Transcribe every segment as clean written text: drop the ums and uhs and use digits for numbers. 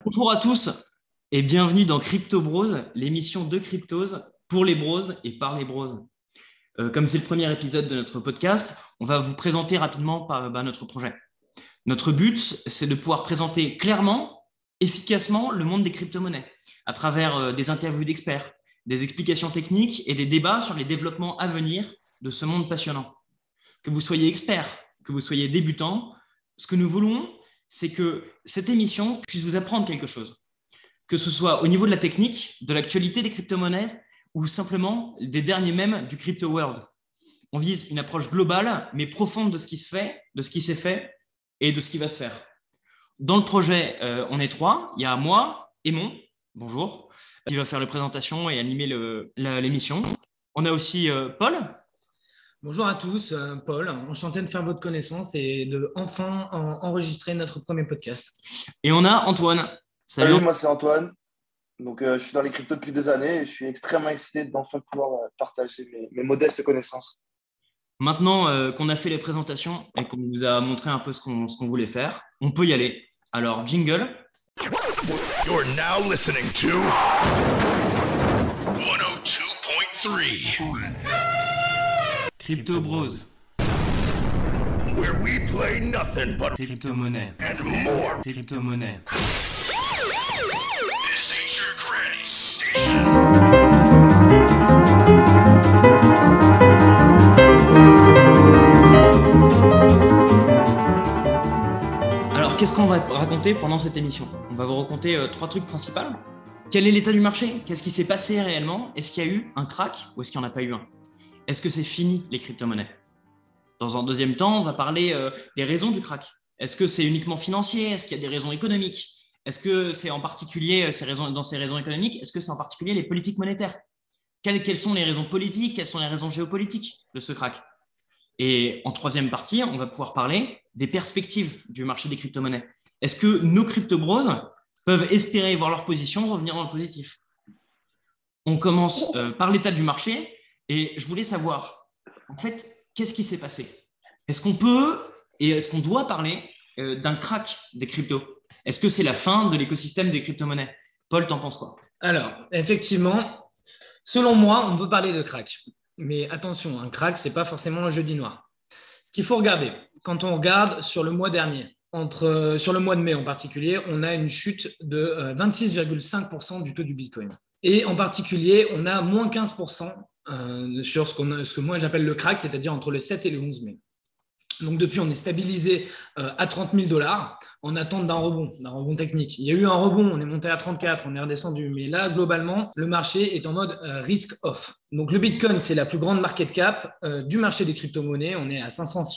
Bonjour à tous et bienvenue dans Crypto Bros, l'émission de cryptose pour les bros et par les bros. Comme c'est le premier épisode de notre podcast, on va vous présenter rapidement notre projet. Notre but, c'est de pouvoir présenter clairement, efficacement le monde des crypto-monnaies à travers des interviews d'experts, des explications techniques et des débats sur les développements à venir de ce monde passionnant. Que vous soyez expert, que vous soyez débutant, ce que nous voulons, c'est que cette émission puisse vous apprendre quelque chose, que ce soit au niveau de la technique, de l'actualité des crypto-monnaies ou simplement des derniers mèmes du crypto world. On vise une approche globale mais profonde de ce qui se fait, de ce qui s'est fait et de ce qui va se faire. Dans le projet, on est trois. Il y a moi, Aimon, bonjour, qui va faire la présentation et animer l'émission. On a aussi Paul. Bonjour à tous, Paul, enchanté de faire votre connaissance et de enfin enregistrer notre premier podcast. Et on a Antoine. Salut, moi c'est Antoine. Donc, je suis dans les cryptos depuis des années et je suis extrêmement excité d'enfin pouvoir partager mes modestes connaissances. Maintenant qu'on a fait les présentations et qu'on vous a montré un peu ce qu'on voulait faire, on peut y aller. Alors, jingle. You're now listening to 102.3 Crypto Bros. Where we play nothing but Crypto-monnaie. and more. Crypto-monnaie. This ain't your granny's station. Alors, qu'est-ce qu'on va raconter pendant cette émission? On va vous raconter trois trucs principaux. Quel est l'état du marché? Qu'est-ce qui s'est passé réellement? Est-ce qu'il y a eu un crack ou est-ce qu'il n'y en a pas eu un? Est-ce que c'est fini les crypto-monnaies? Dans un deuxième temps, on va parler des raisons du crack. Est-ce que c'est uniquement financier? Est-ce qu'il y a des raisons économiques? Est-ce que c'est en particulier dans ces raisons économiques? Est-ce que c'est en particulier les politiques monétaires? Quelles sont les raisons politiques? Quelles sont les raisons géopolitiques de ce crack? Et en troisième partie, on va pouvoir parler des perspectives du marché des crypto-monnaies. Est-ce que nos crypto-bros peuvent espérer voir leur position revenir dans le positif? On commence par l'état du marché et je voulais savoir, en fait, qu'est-ce qui s'est passé? Est-ce qu'on peut et est-ce qu'on doit parler d'un crack des cryptos? Est-ce que c'est la fin de l'écosystème des crypto-monnaies? Paul, t'en penses quoi? Alors, effectivement, selon moi, on peut parler de crack. Mais attention, un crack, ce n'est pas forcément un jeudi noir. Ce qu'il faut regarder, quand on regarde sur le mois dernier, sur le mois de mai en particulier, on a une chute de 26,5% du taux du Bitcoin. Et en particulier, on a moins 15% sur ce que moi j'appelle le crack, c'est-à-dire entre le 7 et le 11 mai. Donc depuis, on est stabilisé à 30 000 $ en attente d'un rebond technique. Il y a eu un rebond, on est monté à 34, on est redescendu. Mais là, globalement, le marché est en mode risk-off. Donc le Bitcoin, c'est la plus grande market cap du marché des crypto-monnaies. On est à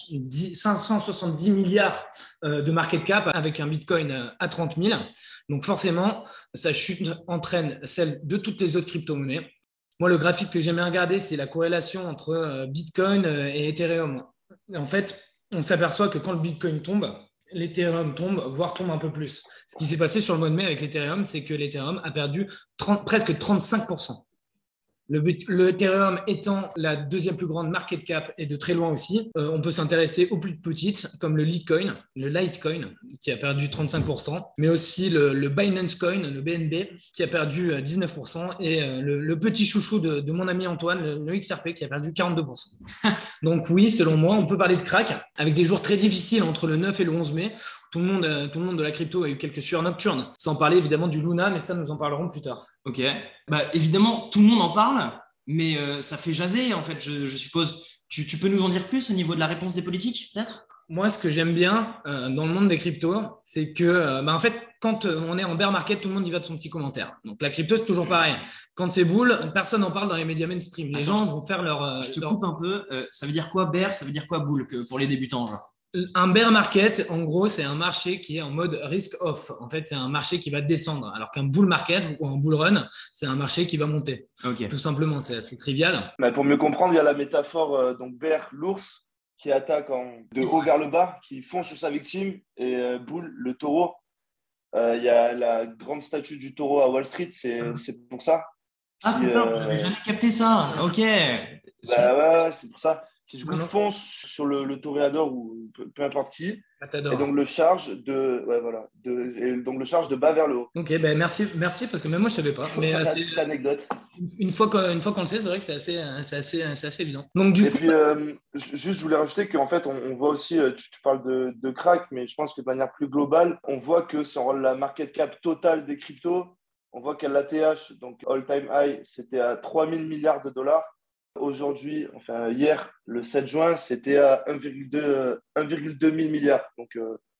570 milliards de market cap avec un Bitcoin à 30 000. Donc forcément, sa chute entraîne celle de toutes les autres crypto-monnaies. Moi, le graphique que j'aime bien regarder, c'est la corrélation entre Bitcoin et Ethereum. En fait, on s'aperçoit que quand le Bitcoin tombe, l'Ethereum tombe, voire tombe un peu plus. Ce qui s'est passé sur le mois de mai avec l'Ethereum, c'est que l'Ethereum a perdu presque 35%. Le Ethereum étant la deuxième plus grande market cap et de très loin aussi, on peut s'intéresser aux plus petites comme le Litecoin, qui a perdu 35%, mais aussi le Binance Coin, le BNB, qui a perdu 19%, et le petit chouchou de mon ami Antoine, le XRP, qui a perdu 42%. Donc oui, selon moi, on peut parler de crack, avec des jours très difficiles entre le 9 et le 11 mai. Tout le monde de la crypto a eu quelques sueurs nocturnes, sans parler évidemment du Luna, mais ça, nous en parlerons plus tard. Ok. Évidemment, tout le monde en parle, mais ça fait jaser, en fait, je suppose. Tu peux nous en dire plus au niveau de la réponse des politiques, peut-être? Moi, ce que j'aime bien dans le monde des cryptos, c'est que, en fait, quand on est en bear market, tout le monde y va de son petit commentaire. Donc, la crypto, c'est toujours pareil. Quand c'est bull, personne n'en parle dans les médias mainstream. Les gens vont faire leur… Je te coupe un peu. Ça veut dire quoi bear? Ça veut dire quoi bull pour les débutants, genre? Un bear market, en gros, c'est un marché qui est en mode risk-off. En fait, c'est un marché qui va descendre. Alors qu'un bull market ou un bull run, c'est un marché qui va monter. Okay. Tout simplement, c'est assez trivial. Pour mieux comprendre, il y a la métaphore donc bear, l'ours, qui attaque de haut vers le bas, qui fonce sur sa victime, et bull, le taureau. Il y a la grande statue du taureau à Wall Street, c'est pour ça. Ah putain, j'avais jamais capté ça. Ok. Ouais, c'est pour ça. qui du coup fonce sur le toréador ou peu importe qui, Ah, et t'adores. donc le charge de bas vers le haut. Ok, ben merci, parce que même moi je savais pas. Mais Voilà, c'est petite anecdote. une fois qu'on le sait, c'est vrai que c'est assez évident. Donc du Et coup, puis, juste, je voulais rajouter qu'en fait, on voit aussi, tu parles de crack, mais je pense que de manière plus globale, on voit que si on regarde la market cap totale des cryptos, on voit qu'à l'ATH, donc all-time high, c'était à 3 000 milliards de dollars. Aujourd'hui, enfin hier, le 7 juin, c'était à 1,2 000 milliards. Donc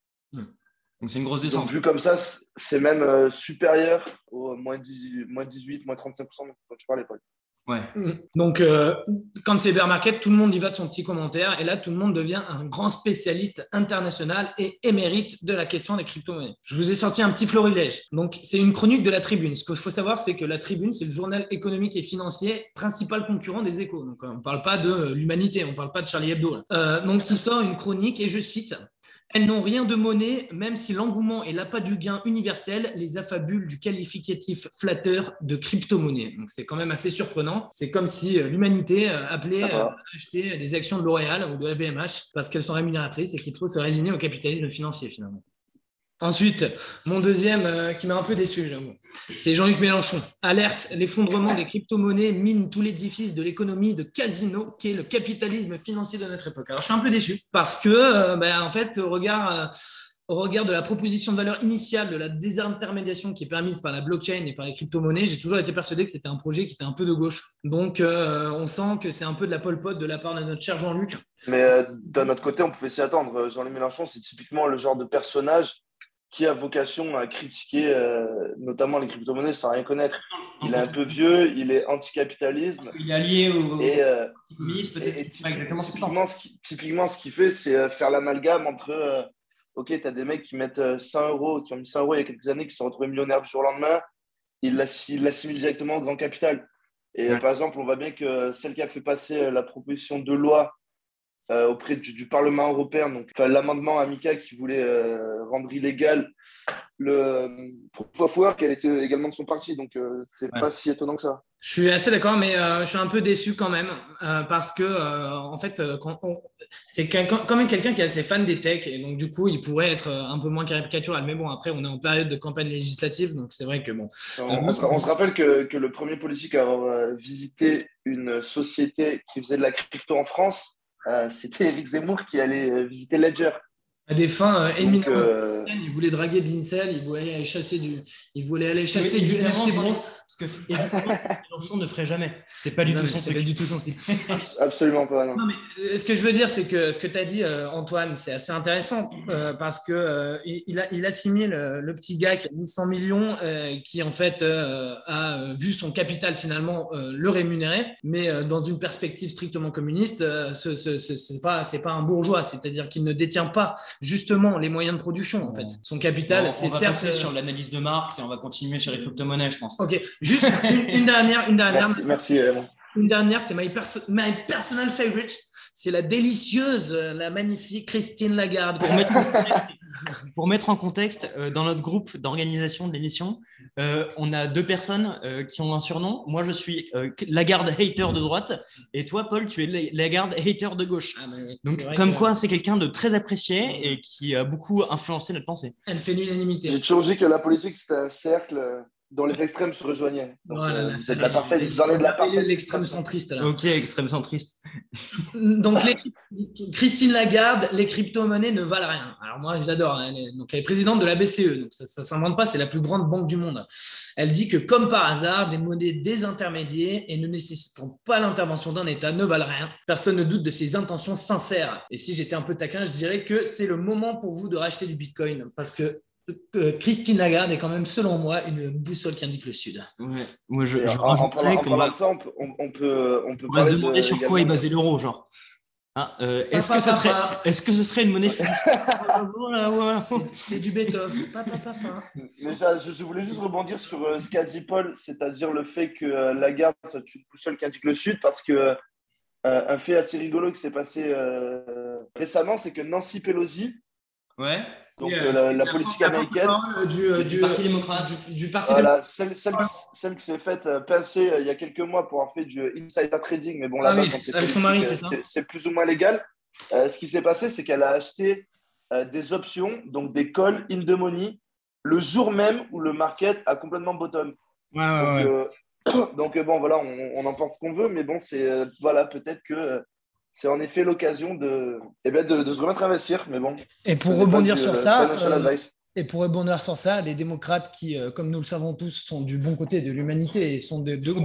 c'est une grosse donc, descente. vu comme ça, c'est même supérieur au moins 18, moins 35% dont tu parlais, Paul. Ouais. donc quand c'est bear market, tout le monde y va de son petit commentaire et là tout le monde devient un grand spécialiste international et émérite de la question des crypto-monnaies. Je vous ai sorti un petit florilège. Donc c'est une chronique de la Tribune. Ce qu'il faut savoir, c'est que la Tribune, c'est le journal économique et financier principal concurrent des Échos. Donc on ne parle pas de l'Humanité, on ne parle pas de Charlie Hebdo. Donc il sort une chronique et je cite: elles n'ont rien de monnaie, même si l'engouement et l'appât du gain universel les affabulent du qualificatif flatteur de crypto-monnaie. Donc c'est quand même assez surprenant. C'est comme si l'humanité appelait à acheter des actions de L'Oréal ou de la VMH parce qu'elles sont rémunératrices et qu'il faut se résigner au capitalisme financier finalement. Ensuite, mon deuxième qui m'a un peu déçu, j'avoue, c'est Jean-Luc Mélenchon. Alerte, l'effondrement des crypto-monnaies mine tout l'édifice de l'économie de casino qu'est le capitalisme financier de notre époque. Alors, je suis un peu déçu parce que, en fait, au regard de la proposition de valeur initiale de la désintermédiation qui est permise par la blockchain et par les crypto-monnaies, j'ai toujours été persuadé que c'était un projet qui était un peu de gauche. Donc, on sent que c'est un peu de la Pol Pot de la part de notre cher Jean-Luc. Mais d'un autre côté, on pouvait s'y attendre. Jean-Luc Mélenchon, c'est typiquement le genre de personnage qui a vocation à critiquer notamment les crypto-monnaies sans rien connaître. Il est un peu vieux, il est anticapitalisme. Il est allié au Et, communiste, peut-être. typiquement, ce qu'il fait, c'est faire l'amalgame entre OK, tu as des mecs qui mettent 100 euros, qui ont mis 100 euros il y a quelques années, qui se sont retrouvés millionnaires du jour au lendemain. Ils l'assimilent directement au grand capital. Et par exemple, on voit bien que celle qui a fait passer la proposition de loi auprès du Parlement européen, donc l'amendement Amica qui voulait rendre illégal le proof of work, elle était également de son parti, donc c'est pas si étonnant que ça. Je suis assez d'accord, mais je suis un peu déçu quand même parce que en fait, c'est quand même quelqu'un qui est assez fan des techs et donc du coup, il pourrait être un peu moins caricatural. Mais bon, après, on est en période de campagne législative, donc c'est vrai que bon. On se rappelle que le premier politique à avoir visité une société qui faisait de la crypto en France, c'était Éric Zemmour qui allait visiter Ledger. À des fins éminemment, il voulait draguer de l'Incel, il voulait aller chasser du NFT bro. Ce que évidemment Mélenchon ne ferait jamais. C'est pas du tout son truc. du tout son style. Absolument pas. Non. Non, mais ce que je veux dire, c'est que ce que tu as dit, Antoine, c'est assez intéressant parce que il assimile le petit gars qui a 1100 millions, qui en fait a vu son capital finalement le rémunérer, mais dans une perspective strictement communiste, c'est pas un bourgeois, c'est-à-dire qu'il ne détient pas justement les moyens de production en fait. Son capital, c'est certes. On va passer sur l'analyse de Marx et on va continuer sur les crypto-monnaies, je pense. Ok, juste une dernière. Merci. Une dernière, c'est my personal favorite. C'est la délicieuse, la magnifique Christine Lagarde. Pour mettre en contexte, dans notre groupe d'organisation de l'émission, on a deux personnes qui ont un surnom. Moi, je suis Lagarde hater de droite et toi, Paul, tu es Lagarde hater de gauche. Donc, comme quoi, c'est quelqu'un de très apprécié et qui a beaucoup influencé notre pensée. Elle fait l'unanimité. J'ai toujours dit que la politique, c'était un cercle dont les extrêmes se rejoignaient. Donc, c'est de la parfaite. Vous en êtes de la parfaite. L'extrême centriste. Là. Ok, extrême centriste. Donc, Christine Lagarde, les crypto-monnaies ne valent rien. Alors, moi, j'adore. Hein, elle est présidente de la BCE. Donc, ça ne s'invente pas, c'est la plus grande banque du monde. Elle dit que, comme par hasard, des monnaies désintermédiées et ne nécessitant pas l'intervention d'un État ne valent rien. Personne ne doute de ses intentions sincères. Et si j'étais un peu taquin, je dirais que c'est le moment pour vous de racheter du Bitcoin. Parce que Christine Lagarde est quand même, selon moi, une boussole qui indique le Sud. Ouais. Moi, je rajouterais qu'on va se demander sur quoi est basé l'euro, genre. Ah, est-ce que ce serait une monnaie voilà. C'est du Beethoven. Mais je voulais juste rebondir sur ce qu'a dit Paul, c'est-à-dire le fait que Lagarde soit une boussole qui indique le Sud, parce que un fait assez rigolo qui s'est passé récemment, c'est que Nancy Pelosi Donc, Et, la politique américaine. Du Parti démocrate. Du Parti Voilà, celle qui s'est faite pincer il y a quelques mois pour avoir fait du insider trading, mais bon, Ah là-bas, oui, quand c'est avec son politique, mari, c'est ça? c'est plus ou moins légal. Ce qui s'est passé, c'est qu'elle a acheté des options, donc des calls in the money, le jour même où le market a complètement bottom. Ouais, ouais, Donc, ouais. bon, voilà, on en pense ce qu'on veut, mais bon, c'est voilà, peut-être que c'est en effet l'occasion de se remettre à investir, mais bon, Et ce pour n'est pas rebondir du sur ça, financial advice. les démocrates qui, comme nous le savons tous, sont du bon côté de l'humanité et sont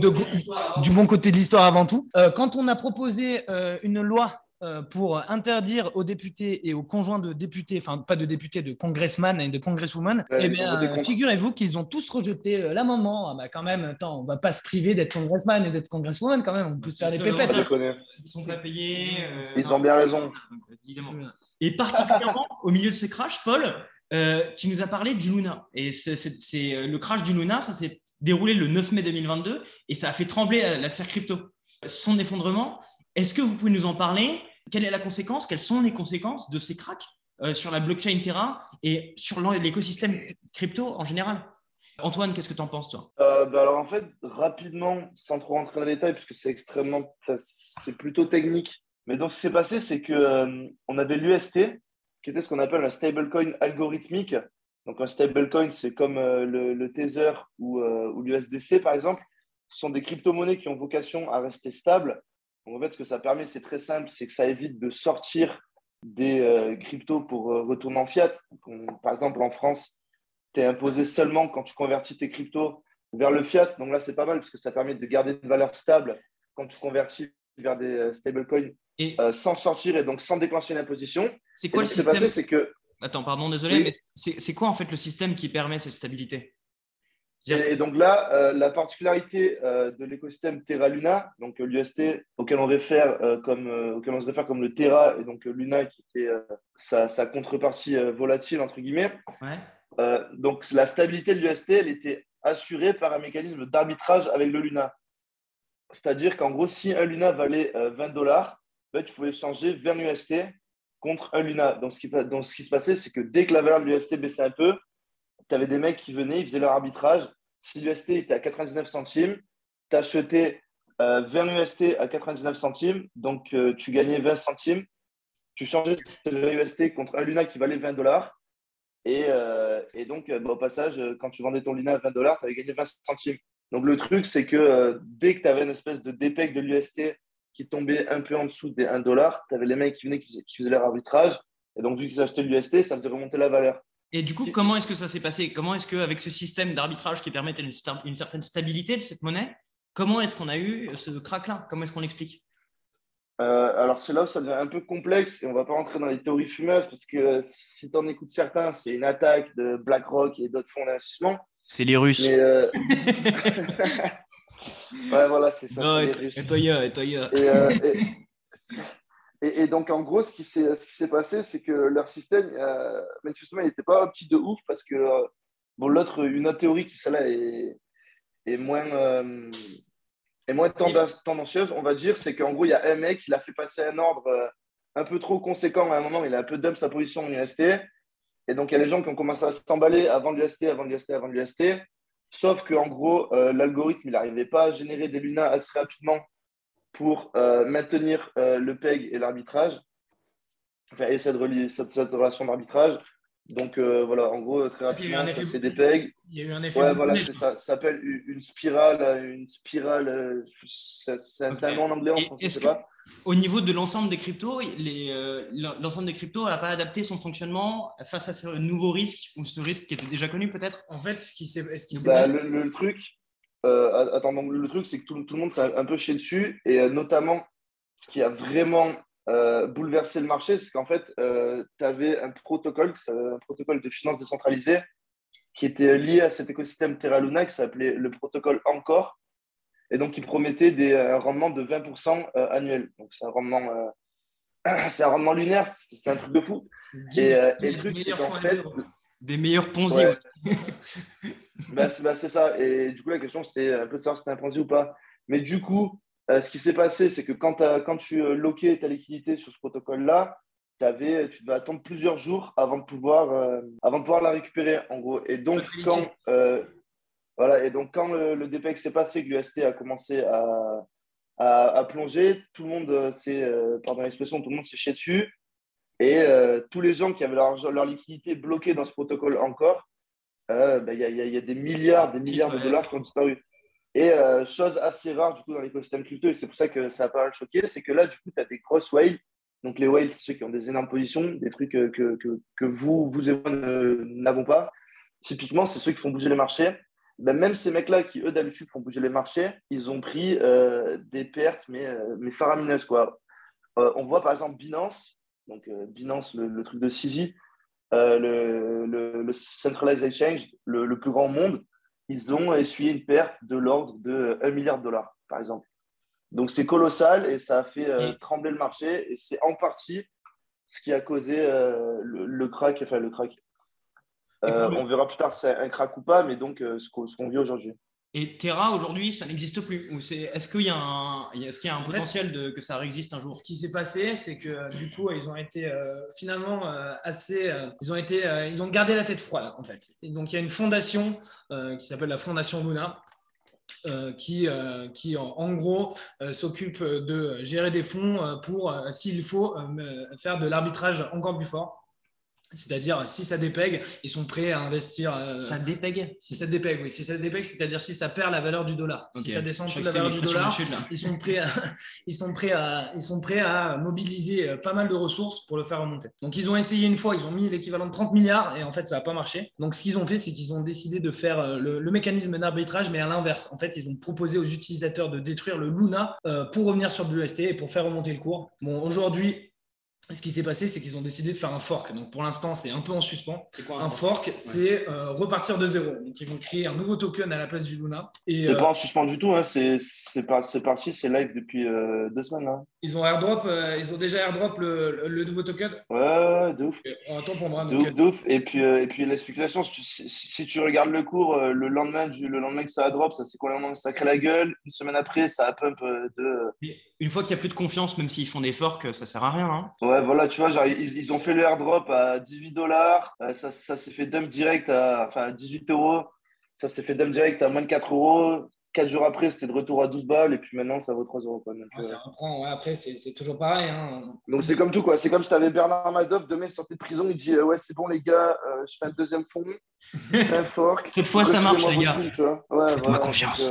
du bon côté de l'histoire avant tout. Quand on a proposé une loi pour interdire aux députés et aux conjoints de députés, enfin pas de députés, de congressman et de congresswoman, Ouais, eh ils ont voté bien, contre. figurez-vous qu'ils ont tous rejeté l'amendement. Ah bah quand même, attends, on va pas se priver d'être congressman et d'être congresswoman quand même, on peut se faire des C'est pépettes. Pas déconner. Ils ne sont pas payés. Ils ont bien raison. Évidemment. Et particulièrement au milieu de ces crashs, Paul, qui nous a parlé du Luna. Et le crash du Luna, ça s'est déroulé le 9 mai 2022 et ça a fait trembler la sphère crypto. Son effondrement, est-ce que vous pouvez nous en parler? Quelle est la conséquence? Quelles sont les conséquences de ces cracks sur la blockchain Terra et sur l'écosystème crypto en général? Antoine, qu'est-ce que tu en penses, toi? Alors en fait, rapidement, sans trop rentrer dans les détails, puisque c'est plutôt technique. Mais donc ce qui s'est passé, c'est que on avait l'UST, qui était ce qu'on appelle un stablecoin algorithmique. Donc un stablecoin, c'est comme le Tether ou l'USDC par exemple. Ce sont des crypto-monnaies qui ont vocation à rester stables. Donc en fait, ce que ça permet, c'est très simple, c'est que ça évite de sortir des cryptos pour retourner en fiat. Donc, par exemple, en France, tu es imposé seulement quand tu convertis tes cryptos vers le fiat. Donc là, c'est pas mal parce que ça permet de garder une valeur stable quand tu convertis vers des stablecoins Et sans sortir et donc sans déclencher l'imposition. c'est Et quoi donc, le ce qui s'est système? passé, c'est que. Attends, pardon, désolé, Oui. mais c'est quoi en fait le système qui permet cette stabilité? C'est-à-dire Et donc là, la particularité de l'écosystème Terra Luna, donc l'UST auquel on se réfère comme le Terra, et donc Luna qui était sa contrepartie volatile, entre guillemets. ouais. Donc la stabilité de l'UST, elle était assurée par un mécanisme d'arbitrage avec le Luna. C'est-à-dire qu'en gros, si un Luna valait $20, ben, tu pouvais changer 20 UST contre un Luna. Donc ce qui se passait, c'est que dès que la valeur de l'UST baissait un peu, tu avais des mecs qui venaient, ils faisaient leur arbitrage. Si l'UST était à 99 centimes, tu achetais 20 UST à 99 centimes, donc tu gagnais 20 centimes. Tu changeais ces 20 UST contre un Luna qui valait $20. Et donc, au passage, quand tu vendais ton Luna à $20, tu avais gagné 20 centimes. Donc, le truc, c'est que dès que tu avais une espèce de dépeg de l'UST qui tombait un peu en dessous des $1, tu avais les mecs qui venaient, qui faisaient leur arbitrage. Et donc, vu qu'ils achetaient l'UST, ça faisait remonter la valeur. Et du coup, comment est-ce que ça s'est passé? Comment est-ce qu'avec ce système d'arbitrage qui permettait une certaine stabilité de cette monnaie, comment est-ce qu'on a eu ce crack-là? Comment est-ce qu'on l'explique? Alors, c'est là où ça devient un peu complexe et on ne va pas rentrer dans les théories fumeuses parce que si tu en écoutes certains, c'est une attaque de BlackRock et d'autres fonds d'investissement. C'est les Russes. Mais ouais, voilà, c'est ça, Non, c'est les Russes. et Toya. Et donc, en gros, ce qui s'est passé, c'est que leur système, manifestement, il n'était pas optique de ouf parce que, bon, une autre théorie qui, celle-là, est moins tendancieuse, on va dire, c'est qu'en gros, il y a un mec, il a fait passer un ordre un peu trop conséquent à un moment, il a un peu dump sa position en UST. Et donc, il y a les gens qui ont commencé à s'emballer avant l'UST, sauf qu'en gros, l'algorithme, il n'arrivait pas à générer des lunas assez rapidement pour maintenir le PEG et l'arbitrage, et cette relation d'arbitrage. Donc voilà, en gros, très rapidement, ça c'est des PEG. Il y a eu un effet. Ouais, voilà, c'est ça. Ça s'appelle une spirale. C'est un nom en anglais, en français, je sais pas. Au niveau de l'ensemble des cryptos, l'ensemble des cryptos n'a pas adapté son fonctionnement face à ce nouveau risque ou ce risque qui était déjà connu peut-être? En fait, ce qui s'est le truc, donc, le truc, c'est que tout le monde s'est un peu chié dessus et notamment ce qui a vraiment bouleversé le marché, c'est qu'en fait, tu avais un protocole de finance décentralisée qui était lié à cet écosystème Terra Luna qui s'appelait le protocole Encore et donc qui promettait un rendement de 20% annuel. Donc c'est un rendement lunaire, c'est un truc de fou. Et le truc, c'est qu'en fait, des meilleurs Ponzi. Ouais. C'est ça. Et du coup, la question, c'était un peu de savoir si c'était un Ponzi ou pas. Mais du coup, ce qui s'est passé, c'est que quand tu loquais ta liquidité sur ce protocole-là, tu devais attendre plusieurs jours avant de pouvoir la récupérer, en gros. Et donc, quand le DPEX s'est passé, que l'UST a commencé à plonger, tout le monde pardon l'expression, tout le monde s'est chié dessus. Et tous les gens qui avaient leur liquidité bloquée dans ce protocole encore, il y a des milliards de dollars qui ont disparu. Et chose assez rare du coup dans l'écosystème crypto, et c'est pour ça que ça a pas mal choqué, c'est que là, du coup, tu as des grosses whales. Donc les whales, c'est ceux qui ont des énormes positions, des trucs que vous et moi n'avons pas. Typiquement, c'est ceux qui font bouger les marchés. Ben, même ces mecs-là qui, eux, d'habitude, font bouger les marchés, ils ont pris des pertes, mais faramineuses, quoi. On voit par exemple Binance, donc Binance, le truc de CZ, le Centralized Exchange, le plus grand au monde, ils ont essuyé une perte de l'ordre de 1 milliard de dollars, par exemple. Donc, c'est colossal et ça a fait trembler le marché. Et c'est en partie ce qui a causé le crack. Enfin, le crack. On verra plus tard si c'est un crack ou pas, mais donc ce qu'on vit aujourd'hui. Et Terra, aujourd'hui, ça n'existe plus. Est-ce qu'il y a un potentiel que ça réexiste un jour? Ce qui s'est passé, c'est que du coup, ils ont été finalement ils ont gardé la tête froide, en fait. Et donc, il y a une fondation qui s'appelle la Fondation Luna, qui en gros s'occupe de gérer des fonds pour, s'il faut, faire de l'arbitrage encore plus fort. C'est-à-dire, si ça dépègue, ils sont prêts à investir. Ça dépègue? Si ça dépègue, oui. Si ça dépègue, c'est-à-dire si ça perd la valeur du dollar. Okay. Si ça descend sous la valeur du dollar, ils sont prêts à mobiliser pas mal de ressources pour le faire remonter. Donc, ils ont essayé une fois, ils ont mis l'équivalent de 30 milliards et en fait, ça n'a pas marché. Donc, ce qu'ils ont fait, c'est qu'ils ont décidé de faire le mécanisme d'arbitrage, mais à l'inverse. En fait, ils ont proposé aux utilisateurs de détruire le Luna pour revenir sur l'UST et pour faire remonter le cours. Bon, aujourd'hui, ce qui s'est passé, c'est qu'ils ont décidé de faire un fork. Donc, pour l'instant, c'est un peu en suspens. C'est quoi un fork? C'est repartir de zéro. Donc, ils vont créer un nouveau token à la place du Luna. Et, c'est pas en suspens du tout. Hein. C'est parti, c'est live depuis 2 semaines. Là. Ils ont déjà airdrop le nouveau token? Ouais, de ouf. Attends pour moi. De ouf. Et puis la spéculation, si tu regardes le cours, le lendemain que ça a drop, ça s'est complètement sacré la gueule. Une semaine après, ça a pump de... Une fois qu'il n'y a plus de confiance, même s'ils font des forks, ça ne sert à rien. Hein. Ouais, voilà, tu vois, genre, ils ont fait le airdrop à 18 $. Ça s'est fait dump direct à 18 €. Ça s'est fait dump direct à moins de 4 €. 4 jours après, c'était de retour à 12 balles. Et puis maintenant, ça vaut 3 €. Quoi. Donc, ça reprend. Ouais, après, c'est toujours pareil. Hein. Donc, c'est comme tout. Quoi. C'est comme si tu avais Bernard Madoff, demain, il sortait de prison. Il dit ouais, c'est bon, les gars, je fais un deuxième fond. C'est un fork. Cette fois, ça marche, les gars. Faites-moi confiance.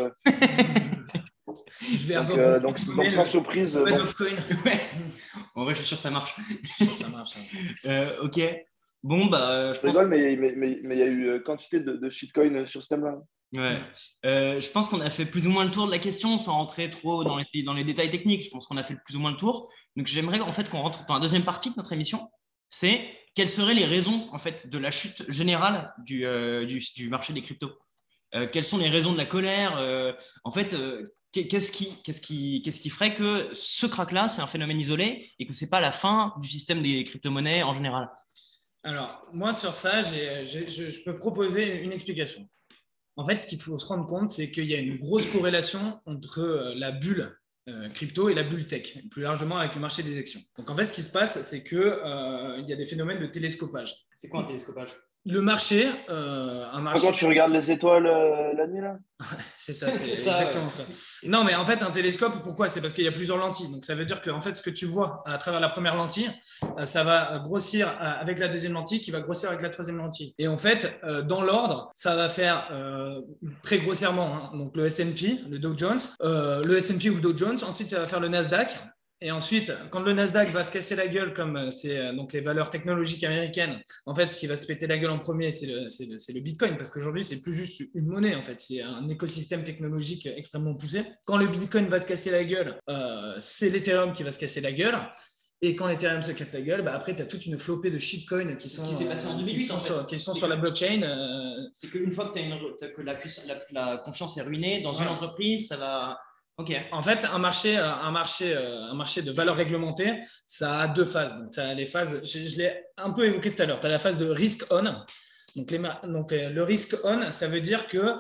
Je vais donc sans surprise. En vrai, je suis sûr que ça marche. Ça marche. Ok. Bon, bah. Je rigole, mais il y a eu quantité de shitcoin sur ce thème-là. Ouais. Je pense qu'on a fait plus ou moins le tour de la question sans rentrer trop dans les détails techniques. Je pense qu'on a fait plus ou moins le tour. Donc, j'aimerais en fait qu'on rentre dans la deuxième partie de notre émission. C'est quelles seraient les raisons en fait de la chute générale du marché des cryptos. Quelles sont les raisons de la colère en fait. Qu'est-ce qui ferait que ce crack-là, c'est un phénomène isolé et que ce n'est pas la fin du système des crypto-monnaies en général? Alors, moi, sur ça, je peux proposer une explication. En fait, ce qu'il faut se rendre compte, c'est qu'il y a une grosse corrélation entre la bulle crypto et la bulle tech, plus largement avec le marché des actions. Donc, en fait, ce qui se passe, c'est qu'il y a des phénomènes de télescopage. C'est quoi un télescopage? Le marché, Quand tu regardes les étoiles la nuit, là? C'est ça, c'est exactement ça. Non, mais en fait, un télescope, pourquoi? C'est parce qu'il y a plusieurs lentilles. Donc, ça veut dire que en fait, ce que tu vois à travers la première lentille, ça va grossir avec la deuxième lentille, qui va grossir avec la troisième lentille. Et en fait, dans l'ordre, ça va faire très grossièrement donc le S&P, le Dow Jones, le S&P ou le Dow Jones. Ensuite, ça va faire le Nasdaq. Et ensuite, quand le Nasdaq va se casser la gueule, comme c'est donc les valeurs technologiques américaines, en fait, ce qui va se péter la gueule en premier, c'est le Bitcoin, parce qu'aujourd'hui, c'est plus juste une monnaie, en fait, c'est un écosystème technologique extrêmement poussé. Quand le Bitcoin va se casser la gueule, c'est l'Ethereum qui va se casser la gueule. Et quand l'Ethereum se casse la gueule, après, tu as toute une flopée de shitcoins qui sont, ce qui s'est passé en 2008, qui sont sur la blockchain. C'est qu'une fois que la confiance est ruinée dans une entreprise, ça va... Okay. En fait, un marché de valeur réglementée, ça a 2 phases. Donc, tu as les phases, je l'ai un peu évoqué tout à l'heure, tu as la phase de risk on. Donc, le risk on, ça veut dire que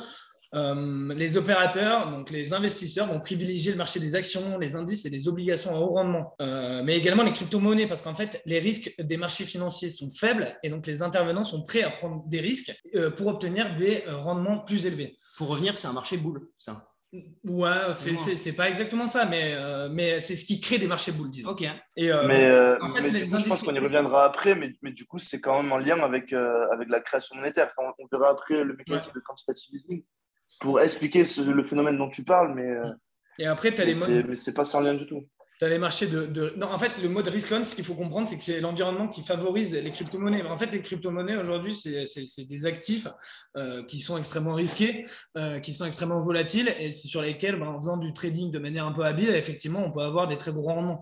Les opérateurs, donc les investisseurs, vont privilégier le marché des actions, les indices et les obligations à haut rendement, mais également les crypto-monnaies, parce qu'en fait, les risques des marchés financiers sont faibles et donc les intervenants sont prêts à prendre des risques pour obtenir des rendements plus élevés. Pour revenir, c'est un marché boule, ça. Ouais, c'est pas exactement ça, mais c'est ce qui crée des marchés boules, disons. Ok. Et, en fait, mais les du coup, je pense indices- qu'on y reviendra après, mais du coup, c'est quand même en lien avec la création monétaire. Enfin, on verra après le mécanisme de quantitative easing pour expliquer le phénomène dont tu parles, Et après, tu as mais c'est pas sans lien du tout. les marchés Non, en fait, le mode risk-on, ce qu'il faut comprendre, c'est que c'est l'environnement qui favorise les crypto-monnaies. En fait, les crypto-monnaies, aujourd'hui, c'est des actifs qui sont extrêmement risqués, qui sont extrêmement volatiles et sur lesquels, en faisant du trading de manière un peu habile, effectivement, on peut avoir des très gros rendements.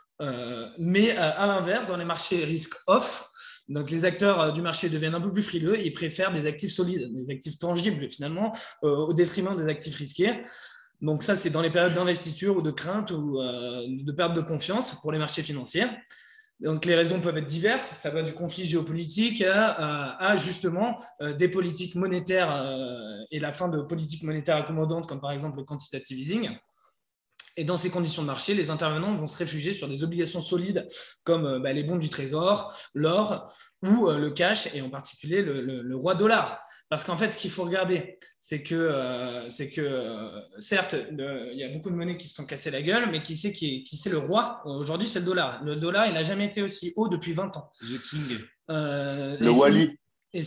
Mais à l'inverse, dans les marchés risk-off, donc les acteurs du marché deviennent un peu plus frileux, ils préfèrent des actifs solides, des actifs tangibles finalement, au détriment des actifs risqués. Donc ça, c'est dans les périodes d'investiture ou de crainte ou de perte de confiance pour les marchés financiers. Donc les raisons peuvent être diverses, ça va du conflit géopolitique à justement des politiques monétaires et la fin de politiques monétaires accommodantes comme par exemple le quantitative easing. Et dans ces conditions de marché, les intervenants vont se réfugier sur des obligations solides comme les bons du trésor, l'or ou le cash, et en particulier le roi dollar. Parce qu'en fait, ce qu'il faut regarder, c'est que certes, il y a beaucoup de monnaies qui se sont cassées la gueule, mais qui c'est le roi? Aujourd'hui, c'est le dollar. Le dollar, il n'a jamais été aussi haut depuis 20 ans. The King. Le Wally. Et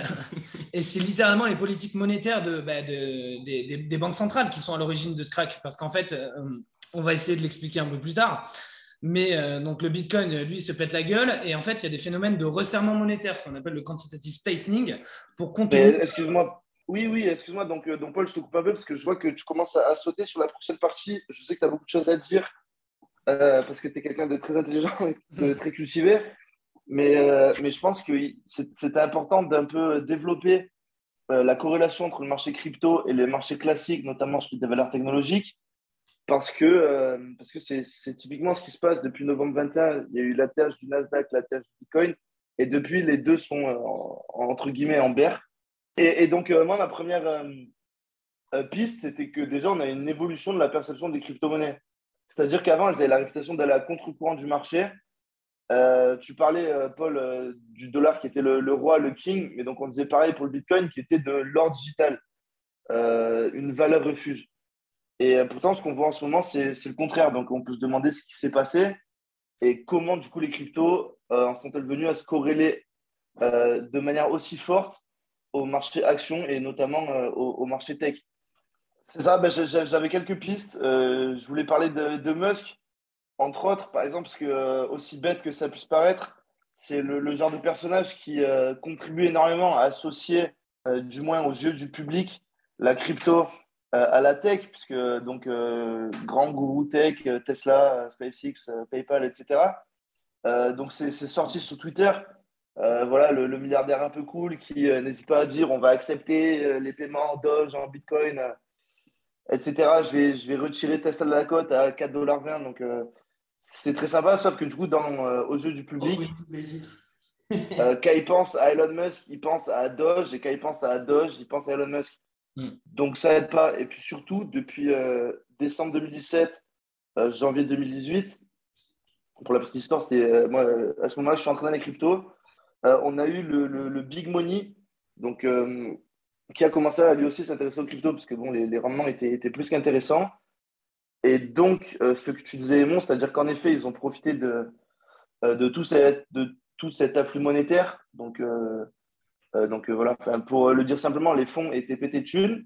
c'est littéralement les politiques monétaires des banques centrales qui sont à l'origine de ce crack. Parce qu'en fait, on va essayer de l'expliquer un peu plus tard. Mais donc le Bitcoin, lui, se pète la gueule. Et en fait, il y a des phénomènes de resserrement monétaire, ce qu'on appelle le quantitative tightening, pour contenir. Excuse-moi. Oui, excuse-moi. Donc, Paul, je te coupe un peu parce que je vois que tu commences à sauter sur la prochaine partie. Je sais que tu as beaucoup de choses à dire parce que tu es quelqu'un de très intelligent et de très cultivé. Mais je pense que c'était important d'un peu développer la corrélation entre le marché crypto et les marchés classiques, notamment celui des valeurs technologiques, parce que c'est typiquement ce qui se passe depuis novembre 21. Il y a eu l'atterrage du Nasdaq, l'atterrage du Bitcoin, et depuis, les deux sont, entre guillemets, en bear. Et donc, moi, ma première piste, c'était que déjà, on a une évolution de la perception des crypto-monnaies. C'est-à-dire qu'avant, elles avaient la réputation d'aller à contre-courant du marché. Tu parlais, Paul, du dollar qui était le roi, le king, mais donc on disait pareil pour le Bitcoin qui était de l'or digital, une valeur refuge. Et pourtant, ce qu'on voit en ce moment, c'est le contraire. Donc on peut se demander ce qui s'est passé et comment, du coup, les cryptos en sont-elles venues à se corréler de manière aussi forte au marché action et notamment au marché tech. C'est ça, j'avais quelques pistes. Je voulais parler de Musk. Entre autres, par exemple, parce que aussi bête que ça puisse paraître, c'est le genre de personnage qui contribue énormément à associer, du moins aux yeux du public, la crypto à la tech, puisque donc grand gourou tech, Tesla, SpaceX, PayPal, etc. Donc c'est sorti sur Twitter. Voilà, le milliardaire un peu cool qui n'hésite pas à dire on va accepter les paiements en Doge, en Bitcoin, etc. Je vais retirer Tesla de la cote à 4,20 $. Donc, c'est très sympa, sauf que du coup, aux yeux du public, quand il pense à Elon Musk, il pense à Doge, et quand il pense à Doge, il pense à Elon Musk. Donc, ça n'aide pas. Et puis surtout, depuis décembre 2017, janvier 2018, pour la petite histoire, c'était moi, à ce moment-là, je suis entraîné dans les cryptos. On a eu le Big Money, donc, qui a commencé à lui aussi s'intéresser aux cryptos, parce que bon, les rendements étaient plus qu'intéressants. Et donc, ce que tu disais, Mon, c'est-à-dire qu'en effet, ils ont profité de tout cet afflux monétaire. Donc voilà, pour le dire simplement, les fonds étaient pétés de thunes.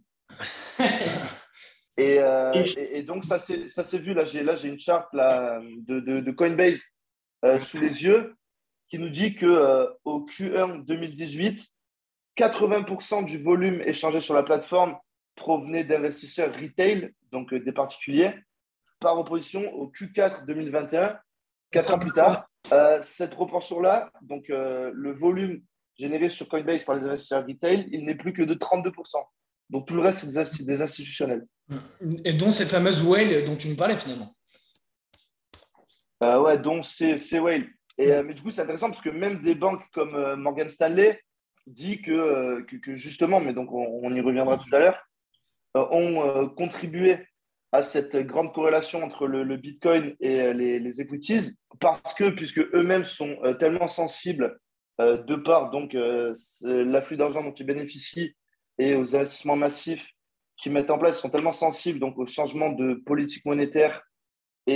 Et donc, ça s'est vu. Là, j'ai une charte là, de Coinbase sous les yeux qui nous dit qu'au Q1 2018, 80% du volume échangé sur la plateforme provenait d'investisseurs retail, donc des particuliers, par opposition au Q4 2021, 4 ans plus tard. Cette proportion-là, donc le volume généré sur Coinbase par les investisseurs retail, il n'est plus que de 32%. Donc tout le reste, c'est des institutionnels. Et dont cette fameuse whale dont tu nous parlais finalement. Ouais, donc c'est whale. Mais du coup, c'est intéressant parce que même des banques comme Morgan Stanley dit que justement, mais donc on y reviendra tout à l'heure, ont contribué à cette grande corrélation entre le Bitcoin et les equities puisque eux-mêmes sont tellement sensibles de par donc l'afflux d'argent dont ils bénéficient et aux investissements massifs qu'ils mettent en place, ils sont tellement sensibles donc au changement de politique monétaire et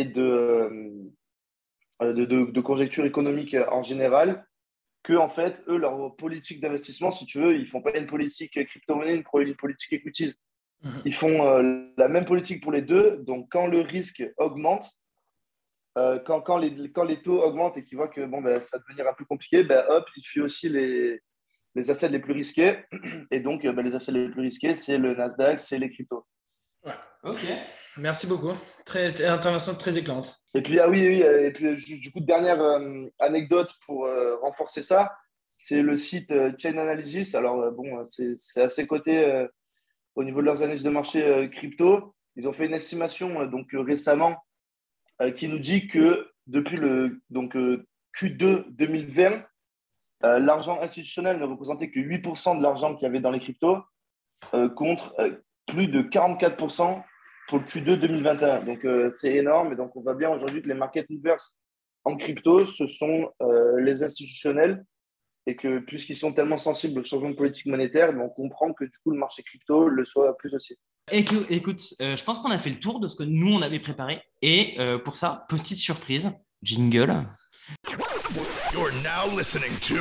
de conjecture économique en général, que en fait, eux, leur politique d'investissement, si tu veux, ils font pas une politique crypto-monnaie, une politique equities. Ils font la même politique pour les deux. Donc, quand le risque augmente, quand les taux augmentent et qu'ils voient que ça va devenir un peu compliqué, hop, ils fuient aussi les assets les plus risqués. Et donc, les assets les plus risqués, c'est le Nasdaq, c'est les cryptos. Ouais. Ok. Merci beaucoup. Intervention très éclairante. Et puis, oui, et puis du coup, dernière anecdote pour renforcer ça, c'est le site Chain Analysis. Alors, c'est assez coté au niveau de leurs analyses de marché crypto. Ils ont fait une estimation récemment qui nous dit que depuis le Q2 2020, l'argent institutionnel ne représentait que 8% de l'argent qu'il y avait dans les cryptos contre plus de 44% pour le Q2 2021. Donc, c'est énorme. Et donc, on voit bien aujourd'hui que les market movers en crypto, ce sont les institutionnels et que puisqu'ils sont tellement sensibles au changement de politique monétaire, on comprend que du coup, le marché crypto le soit plus aussi. Écoute, je pense qu'on a fait le tour de ce que nous, on avait préparé. Et pour ça, petite surprise, jingle. You're now listening to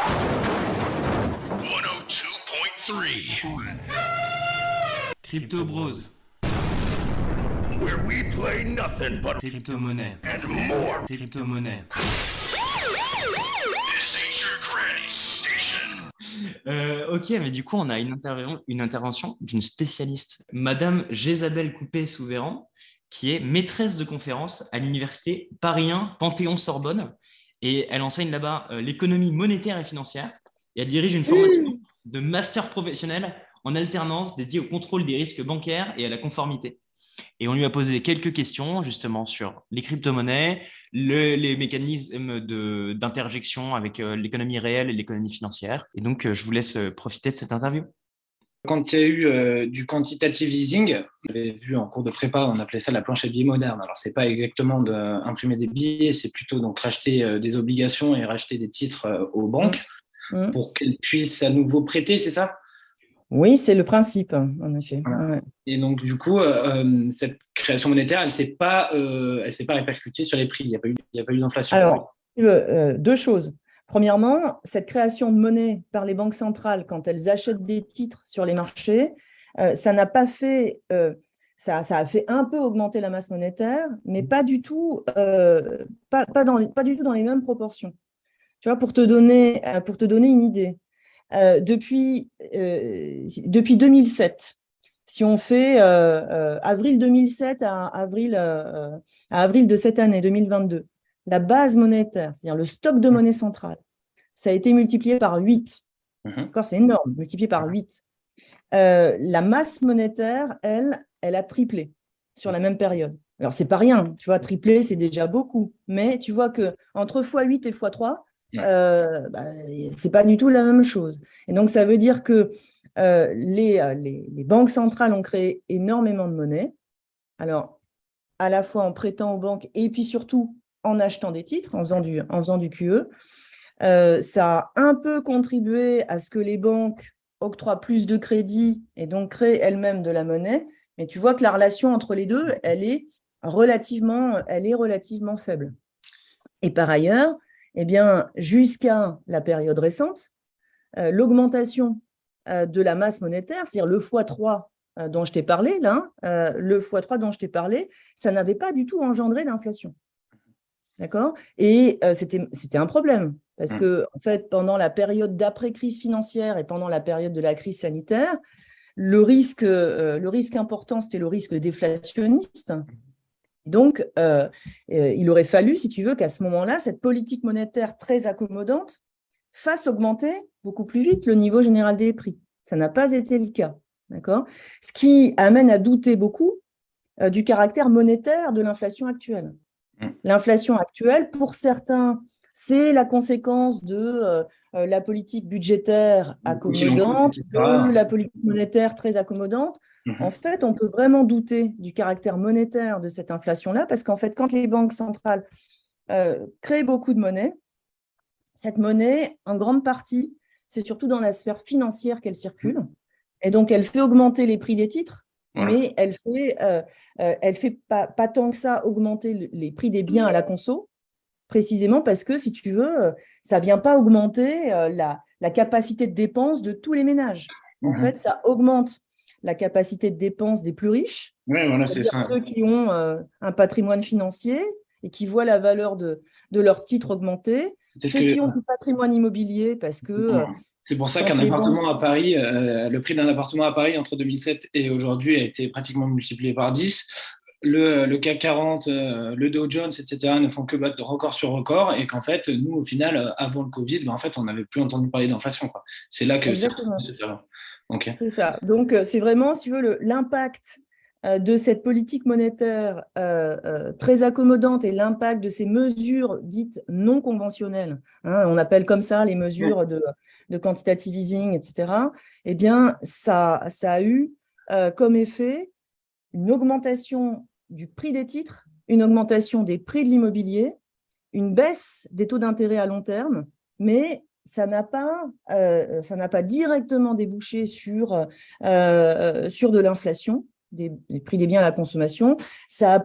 102.3 Crypto Bros. where we play nothing but Crypto-monnaie. and more. Crypto-monnaie. This ain't your granny's station. Ok, mais du coup, on a une intervention d'une spécialiste, Madame Jésabelle Coupé-Souveyran, qui est maîtresse de conférence à l'université Paris 1 Panthéon-Sorbonne. Et elle enseigne là-bas l'économie monétaire et financière. Et elle dirige une formation de master professionnel en alternance dédiée au contrôle des risques bancaires et à la conformité. Et on lui a posé quelques questions justement sur les crypto-monnaies, les mécanismes d'interjection avec l'économie réelle et l'économie financière. Et donc, je vous laisse profiter de cette interview. Quand il y a eu du quantitative easing, on avait vu en cours de prépa, on appelait ça la planche à billets moderne. Alors, ce n'est pas exactement d'imprimer des billets, c'est plutôt donc racheter des obligations et racheter des titres aux banques pour qu'elles puissent à nouveau prêter, c'est ça ? Oui, c'est le principe, en effet. Voilà. Ouais. Et donc, du coup, cette création monétaire, elle ne s'est pas répercutée sur les prix. Il n'y a pas eu d'inflation. Alors, deux choses. Premièrement, cette création de monnaie par les banques centrales, quand elles achètent des titres sur les marchés, ça n'a pas fait, ça a fait un peu augmenter la masse monétaire, mais pas du tout, pas du tout dans les mêmes proportions. Tu vois, pour te donner une idée, depuis 2007, si on fait avril 2007 à avril de cette année, 2022, la base monétaire, c'est-à-dire le stock de monnaie centrale, ça a été multiplié par 8. D'accord, c'est énorme, multiplié par 8. La masse monétaire, elle a triplé sur la même période. Alors, c'est pas rien, tu vois, tripler, c'est déjà beaucoup. Mais tu vois qu'entre x8 et x3, c'est pas du tout la même chose. Et donc, ça veut dire que les banques centrales ont créé énormément de monnaie. Alors, à la fois en prêtant aux banques et puis surtout en achetant des titres, en faisant du QE. Ça a un peu contribué à ce que les banques octroient plus de crédit et donc créent elles-mêmes de la monnaie. Mais tu vois que la relation entre les deux, elle est relativement faible. Et par ailleurs, eh bien, jusqu'à la période récente, l'augmentation de la masse monétaire, c'est-à-dire le x3 dont je t'ai parlé, ça n'avait pas du tout engendré d'inflation. D'accord ? Et c'était un problème, parce que en fait, pendant la période d'après-crise financière et pendant la période de la crise sanitaire, le risque important, c'était le risque déflationniste. Donc, il aurait fallu, si tu veux, qu'à ce moment-là, cette politique monétaire très accommodante fasse augmenter beaucoup plus vite le niveau général des prix. Ça n'a pas été le cas. D'accord ? Ce qui amène à douter beaucoup du caractère monétaire de l'inflation actuelle. L'inflation actuelle, pour certains, c'est la conséquence de la politique budgétaire accommodante, de la politique monétaire très accommodante. En fait, on peut vraiment douter du caractère monétaire de cette inflation-là, parce qu'en fait, quand les banques centrales créent beaucoup de monnaie, cette monnaie, en grande partie, c'est surtout dans la sphère financière qu'elle circule. Et donc, elle fait augmenter les prix des titres, mais elle fait pas tant que ça augmenter les prix des biens à la conso, précisément parce que, si tu veux, ça ne vient pas augmenter la capacité de dépense de tous les ménages. En fait, ça augmente la capacité de dépense des plus riches, c'est ça. Ceux qui ont un patrimoine financier et qui voient la valeur de leurs titres augmenter, ceux qui ont du patrimoine immobilier, parce que… c'est pour ça qu'un appartement à Paris, le prix d'un appartement à Paris entre 2007 et aujourd'hui a été pratiquement multiplié par 10. Le CAC 40, le Dow Jones, etc. ne font que battre record sur record, et qu'en fait, nous, au final, avant le Covid, en fait, on n'avait plus entendu parler d'inflation, quoi. C'est là que Exactement. Okay. C'est ça. Donc, c'est vraiment, si tu veux, l'impact de cette politique monétaire très accommodante et l'impact de ces mesures dites non conventionnelles, on appelle comme ça les mesures de quantitative easing, etc., eh bien, ça a eu comme effet une augmentation du prix des titres, une augmentation des prix de l'immobilier, une baisse des taux d'intérêt à long terme, mais ça n'a pas directement débouché sur de l'inflation des prix des biens à la consommation. Ça n'a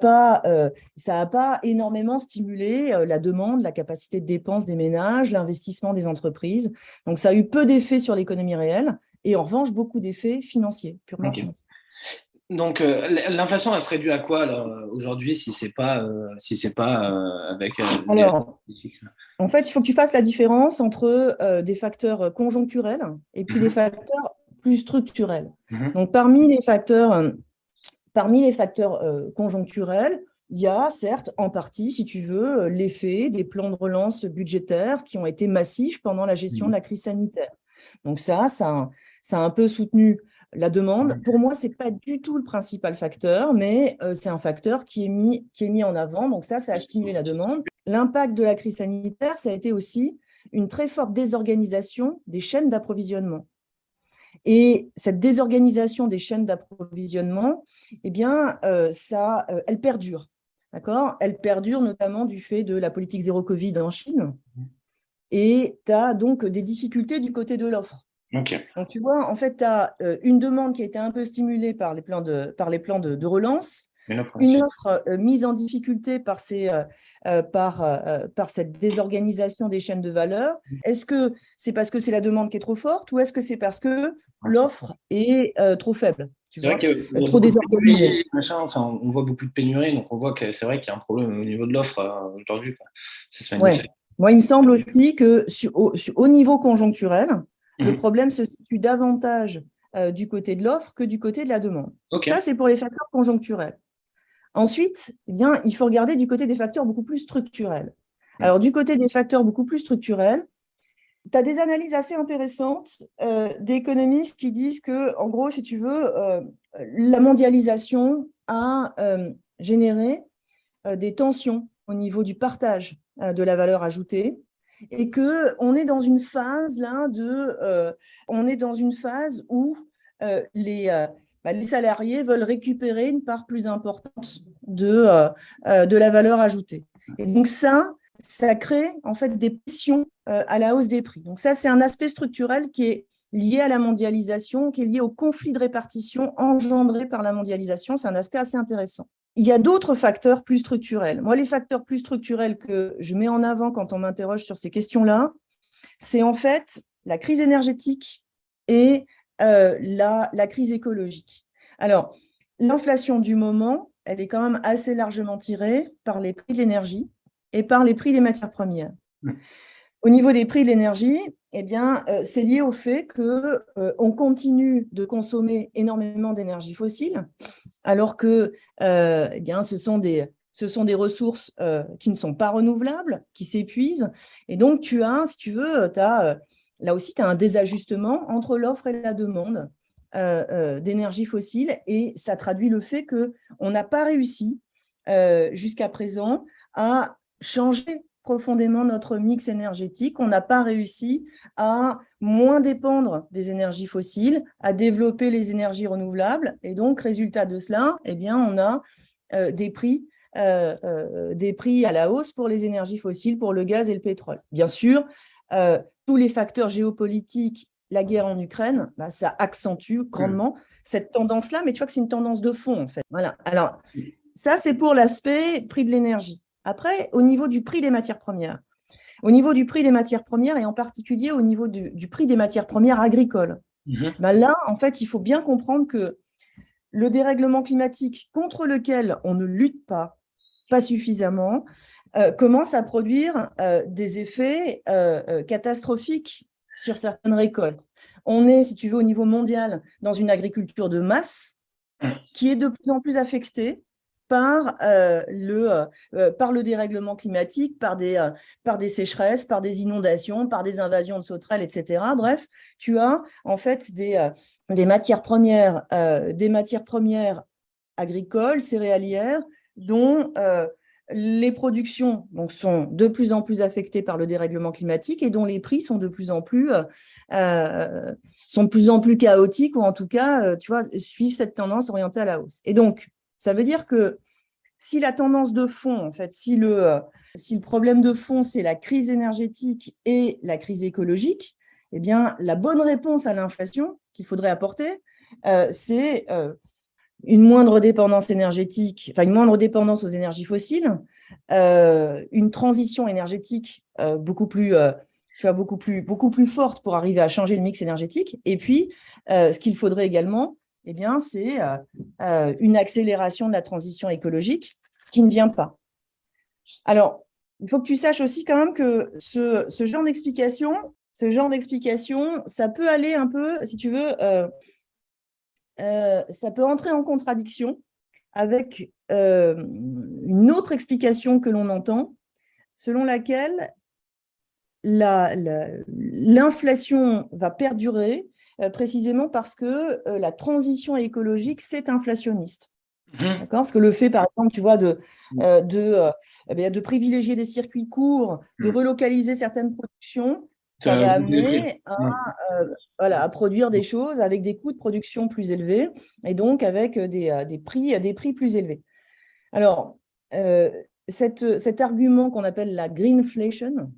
pas énormément stimulé la demande, la capacité de dépense des ménages, l'investissement des entreprises. Donc, ça a eu peu d'effets sur l'économie réelle et en revanche, beaucoup d'effets financiers, purement financiers. Donc, l'inflation, elle serait due à quoi alors aujourd'hui, si c'est pas avec alors, en fait, il faut que tu fasses la différence entre des facteurs conjoncturels et puis des facteurs plus structurels. Donc, parmi les facteurs conjoncturels, il y a certes en partie, si tu veux, l'effet des plans de relance budgétaires qui ont été massifs pendant la gestion de la crise sanitaire. Donc ça a un peu soutenu la demande. Pour moi, ce n'est pas du tout le principal facteur, mais c'est un facteur qui est mis en avant. Donc ça a stimulé la demande. L'impact de la crise sanitaire, ça a été aussi une très forte désorganisation des chaînes d'approvisionnement. Et cette désorganisation des chaînes d'approvisionnement, eh bien, elle perdure. D'accord ? Elle perdure notamment du fait de la politique zéro Covid en Chine. Et tu as donc des difficultés du côté de l'offre. Okay. Donc, tu vois, en fait, tu as une demande qui a été un peu stimulée par les plans de relance, une offre mise en difficulté par cette désorganisation des chaînes de valeur. Est-ce que c'est parce que c'est la demande qui est trop forte, ou est-ce que c'est parce que l'offre est trop faible, c'est vrai qu'il y a trop désorganisée. On voit beaucoup de pénuries, donc on voit que c'est vrai qu'il y a un problème au niveau de l'offre aujourd'hui. Ça se manifeste. Ouais. Moi, il me semble aussi que au niveau conjoncturel, le problème se situe davantage du côté de l'offre que du côté de la demande. Okay. Ça, c'est pour les facteurs conjoncturels. Ensuite, eh bien, il faut regarder du côté des facteurs beaucoup plus structurels. Alors, du côté des facteurs beaucoup plus structurels, tu as des analyses assez intéressantes d'économistes qui disent que, en gros, si tu veux, la mondialisation a généré des tensions au niveau du partage de la valeur ajoutée, et qu'on est dans une phase là où les salariés veulent récupérer une part plus importante de la valeur ajoutée. Et donc ça crée en fait des pressions à la hausse des prix. Donc ça, c'est un aspect structurel qui est lié à la mondialisation, qui est lié au conflit de répartition engendré par la mondialisation. C'est un aspect assez intéressant. Il y a d'autres facteurs plus structurels. Moi, les facteurs plus structurels que je mets en avant quand on m'interroge sur ces questions-là, c'est en fait la crise énergétique et la crise écologique. Alors, l'inflation du moment, elle est quand même assez largement tirée par les prix de l'énergie et par les prix des matières premières. Au niveau des prix de l'énergie, eh bien, c'est lié au fait qu'on continue de consommer énormément d'énergie fossile, alors que eh bien, ce sont des ressources qui ne sont pas renouvelables, qui s'épuisent. Et donc, si tu veux, là aussi, tu as un désajustement entre l'offre et la demande d'énergie fossile, et ça traduit le fait qu'on n'a pas réussi jusqu'à présent à changer profondément notre mix énergétique. On n'a pas réussi à moins dépendre des énergies fossiles, à développer les énergies renouvelables. Et donc, résultat de cela, eh bien, on a des prix à la hausse pour les énergies fossiles, pour le gaz et le pétrole. Bien sûr, tous les facteurs géopolitiques, la guerre en Ukraine, ça accentue grandement cette tendance-là, mais tu vois que c'est une tendance de fond, en fait. Voilà. Alors, ça, c'est pour l'aspect prix de l'énergie. Après, au niveau du prix des matières premières, et en particulier au niveau du prix des matières premières agricoles, là, en fait, il faut bien comprendre que le dérèglement climatique contre lequel on ne lutte pas suffisamment, commence à produire des effets catastrophiques sur certaines récoltes. On est, si tu veux, au niveau mondial, dans une agriculture de masse qui est de plus en plus affectée par le dérèglement climatique, par des sécheresses, par des inondations, par des invasions de sauterelles, etc. Bref, tu as en fait des matières premières agricoles, céréalières, dont les productions sont de plus en plus affectées par le dérèglement climatique et dont les prix sont de plus en plus chaotiques, ou en tout cas, tu vois, suivent cette tendance orientée à la hausse. Et donc, ça veut dire que si la tendance de fond, en fait, si le problème de fond, c'est la crise énergétique et la crise écologique, eh bien, la bonne réponse à l'inflation qu'il faudrait apporter, c'est une moindre dépendance énergétique, enfin une moindre dépendance aux énergies fossiles, une transition énergétique beaucoup plus forte pour arriver à changer le mix énergétique. Et puis, ce qu'il faudrait également, eh bien, c'est une accélération de la transition écologique qui ne vient pas. Alors, il faut que tu saches aussi quand même que ce genre d'explication, ça peut aller un peu, si tu veux, ça peut entrer en contradiction avec une autre explication que l'on entend, selon laquelle l'inflation va perdurer précisément parce que la transition écologique, c'est inflationniste. D'accord ? Parce que le fait, par exemple, tu vois, de privilégier des circuits courts, de relocaliser certaines productions, ça va amener à produire des choses avec des coûts de production plus élevés et donc avec des prix plus élevés. Alors, cet argument qu'on appelle la greenflation,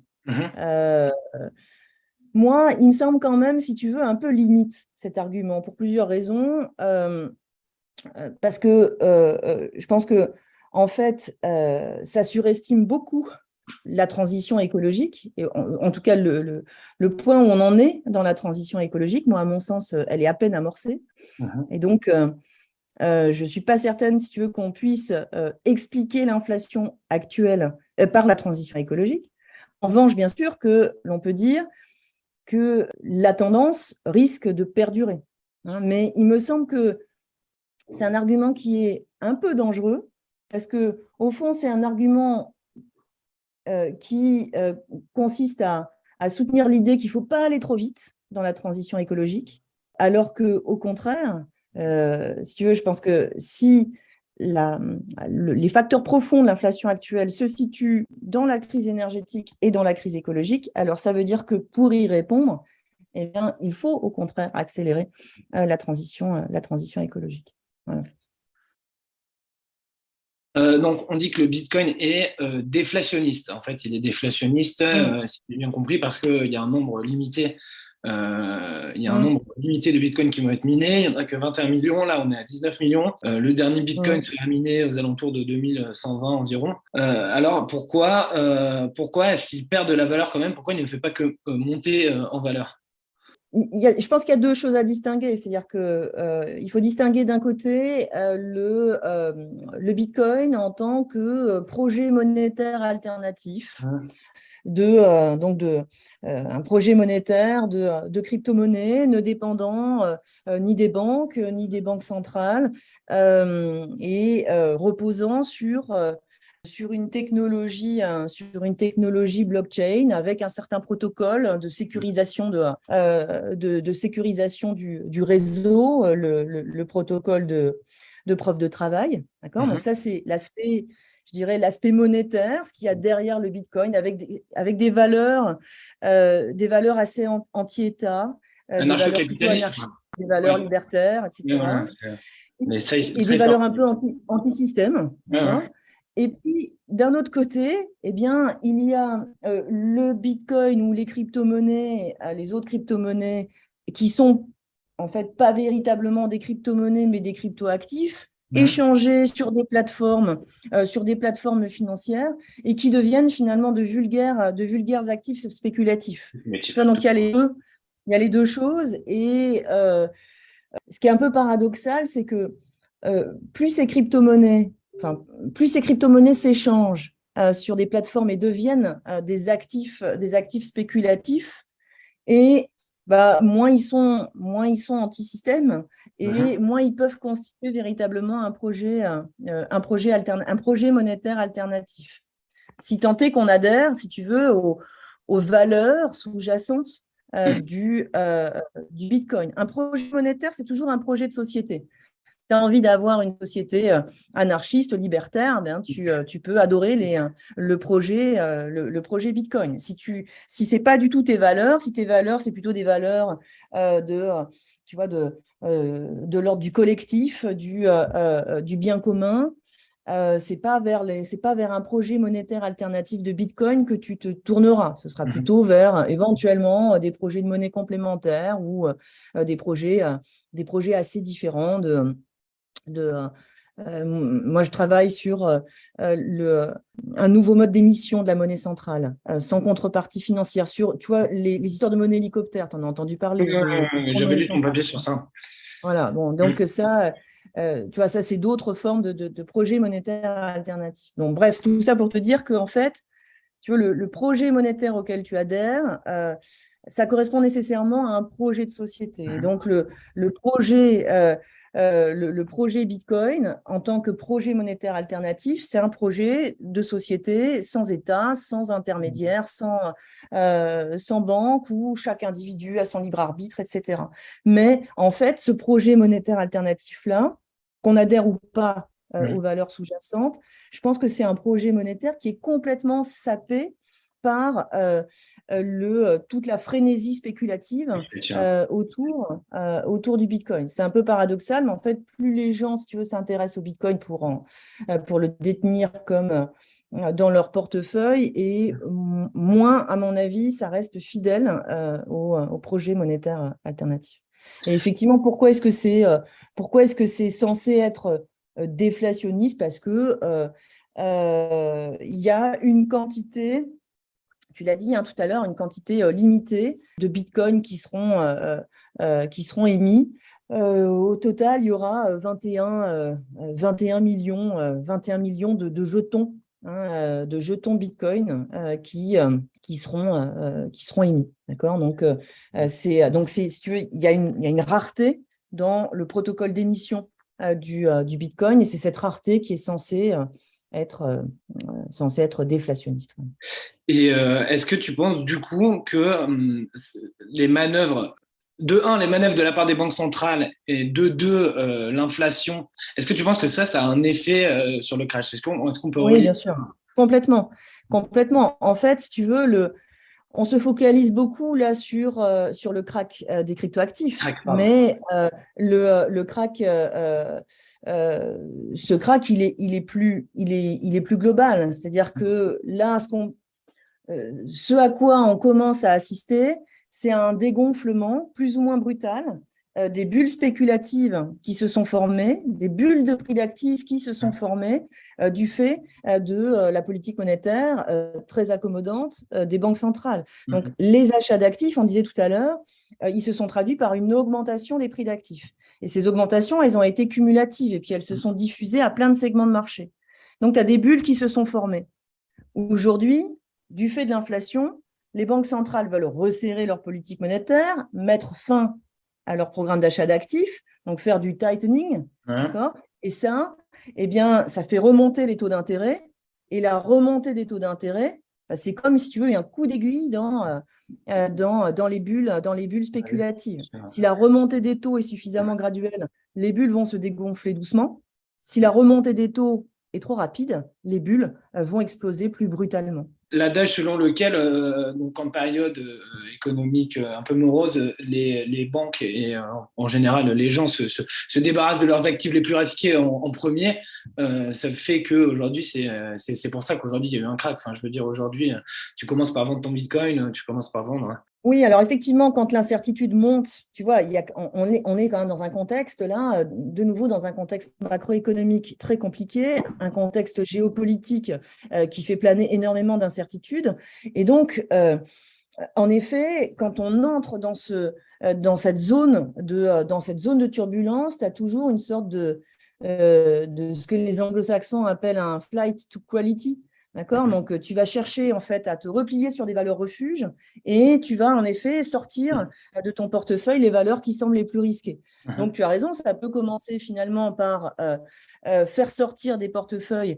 moi, il me semble quand même, si tu veux, un peu limite cet argument pour plusieurs raisons. Parce que je pense que en fait, ça surestime beaucoup la transition écologique, et en tout cas le point où on en est dans la transition écologique. Moi, à mon sens, elle est à peine amorcée. Et donc, je ne suis pas certaine, si tu veux, qu'on puisse expliquer l'inflation actuelle par la transition écologique. En revanche, bien sûr que l'on peut dire que la tendance risque de perdurer. Mais il me semble que c'est un argument qui est un peu dangereux parce que, au fond, c'est un argument qui consiste à soutenir l'idée qu'il ne faut pas aller trop vite dans la transition écologique, alors qu'au contraire, si tu veux, je pense que si les facteurs profonds de l'inflation actuelle se situent dans la crise énergétique et dans la crise écologique, alors ça veut dire que pour y répondre, eh bien, il faut au contraire accélérer la transition écologique. Voilà. Donc, on dit que le Bitcoin est déflationniste. En fait, il est déflationniste, si j'ai bien compris, parce qu'il y a un nombre limité. Un nombre limité de Bitcoin qui vont être minés. Il n'y en a que 21 millions. Là, on est à 19 millions. Le dernier Bitcoin sera miné aux alentours de 2120 environ. Alors, pourquoi est-ce qu'il perd de la valeur quand même ? Pourquoi il ne fait pas que monter en valeur ? Je pense qu'il y a deux choses à distinguer. C'est-à-dire qu'il faut distinguer d'un côté le Bitcoin en tant que projet monétaire alternatif, un projet monétaire de crypto-monnaie ne dépendant ni des banques centrales et reposant sur une technologie blockchain avec un certain protocole de sécurisation du réseau, le protocole de preuve de travail. D'accord ? Donc ça, c'est l'aspect je dirais, l'aspect monétaire, ce qu'il y a derrière le Bitcoin, avec des valeurs assez anti-État, des valeurs plutôt Anarcho-capitaliste. anarchistes, des valeurs Ouais. libertaires, etc. Mais Et des valeurs un peu anti-système, d'accord. Et puis, d'un autre côté, eh bien, il y a le Bitcoin ou les crypto-monnaies, les autres crypto-monnaies qui sont en fait pas véritablement des crypto-monnaies, mais des crypto-actifs échangés sur des plateformes financières et qui deviennent finalement de vulgaires actifs spéculatifs. Donc, il y a les deux choses. Et ce qui est un peu paradoxal, c'est que plus ces crypto-monnaies s'échangent sur des plateformes et deviennent des actifs spéculatifs, et moins ils sont anti-système, et moins ils peuvent constituer véritablement un projet monétaire alternatif. Si tant est qu'on adhère, si tu veux, aux valeurs sous-jacentes du Bitcoin. Un projet monétaire, c'est toujours un projet de société. Tu as envie d'avoir une société anarchiste, libertaire, tu peux adorer le projet Bitcoin. Si ce n'est pas du tout tes valeurs, si tes valeurs, c'est plutôt des valeurs de l'ordre du collectif, du bien commun, c'est pas vers un projet monétaire alternatif de Bitcoin que tu te tourneras. Ce sera plutôt vers éventuellement des projets de monnaie complémentaire ou des projets assez différents moi, je travaille sur un nouveau mode d'émission de la monnaie centrale, sans contrepartie financière. Tu vois, les histoires de monnaie hélicoptère, tu en as entendu parler. J'avais lu ton papier sur ça. Voilà, bon, donc ça, tu vois, ça, c'est d'autres formes de projets monétaires alternatifs. Donc, bref, tout ça pour te dire qu'en fait, tu vois, le projet monétaire auquel tu adhères, ça correspond nécessairement à un projet de société. Donc, le projet Bitcoin, en tant que projet monétaire alternatif, c'est un projet de société sans État, sans intermédiaire, sans banque, où chaque individu a son libre arbitre, etc. Mais en fait, ce projet monétaire alternatif-là, qu'on adhère ou pas aux valeurs sous-jacentes, je pense que c'est un projet monétaire qui est complètement sapé par toute la frénésie spéculative autour du Bitcoin. C'est un peu paradoxal, mais en fait, plus les gens, si tu veux, s'intéressent au Bitcoin pour le détenir comme dans leur portefeuille, et moins, à mon avis, ça reste fidèle au projet monétaire alternatif. Et effectivement, pourquoi est-ce que c'est censé être déflationniste? Parce que il y a une quantité, tu l'as dit tout à l'heure, une quantité limitée de Bitcoin qui seront émis. Au total, il y aura 21 millions de jetons, de jetons Bitcoin qui seront émis. D'accord ? Donc, si tu veux, il y a une rareté dans le protocole d'émission du Bitcoin, et c'est cette rareté qui est censée être déflationniste. Et est-ce que tu penses du coup que les manœuvres de la part des banques centrales, et l'inflation, est-ce que tu penses que ça a un effet sur le crash? Est-ce qu'on peut Oui, bien sûr, complètement. En fait, si tu veux, on se focalise beaucoup là sur le crack des cryptoactifs, mais le crack, ce crack, il est plus global. C'est-à-dire que là, ce à quoi on commence à assister, c'est un dégonflement plus ou moins brutal des bulles spéculatives qui se sont formées, des bulles de prix d'actifs qui se sont formées du fait de la politique monétaire très accommodante des banques centrales. Donc, les achats d'actifs, on disait tout à l'heure, ils se sont traduits par une augmentation des prix d'actifs. Et ces augmentations, elles ont été cumulatives, et puis elles se sont diffusées à plein de segments de marché. Donc, tu as des bulles qui se sont formées. Aujourd'hui, du fait de l'inflation, les banques centrales veulent resserrer leur politique monétaire, mettre fin à leur programme d'achat d'actifs, donc faire du tightening. D'accord ? Et ça, ça fait remonter les taux d'intérêt. Et la remontée des taux d'intérêt, c'est comme, si tu veux, un coup d'aiguille dans les bulles spéculatives. Si la remontée des taux est suffisamment graduelle, les bulles vont se dégonfler doucement. Si la remontée des taux est trop rapide, les bulles vont exploser plus brutalement. L'adage selon lequel, donc en période économique un peu morose, les banques et en général les gens se débarrassent de leurs actifs les plus risqués en premier, ça fait qu'aujourd'hui, c'est pour ça qu'aujourd'hui il y a eu un crack. Enfin, je veux dire, aujourd'hui, tu commences par vendre ton Bitcoin, tu commences par vendre. Oui, alors effectivement, quand l'incertitude monte, tu vois, on est quand même dans un contexte, là, de nouveau dans un contexte macroéconomique très compliqué, un contexte géopolitique qui fait planer énormément d'incertitudes. Et donc, en effet, quand on entre dans cette zone de turbulence, tu as toujours une sorte de ce que les anglo-saxons appellent un flight to quality. D'accord ? Donc, tu vas chercher en fait à te replier sur des valeurs refuges et tu vas en effet sortir de ton portefeuille les valeurs qui semblent les plus risquées. Donc, tu as raison, ça peut commencer finalement par faire sortir des portefeuilles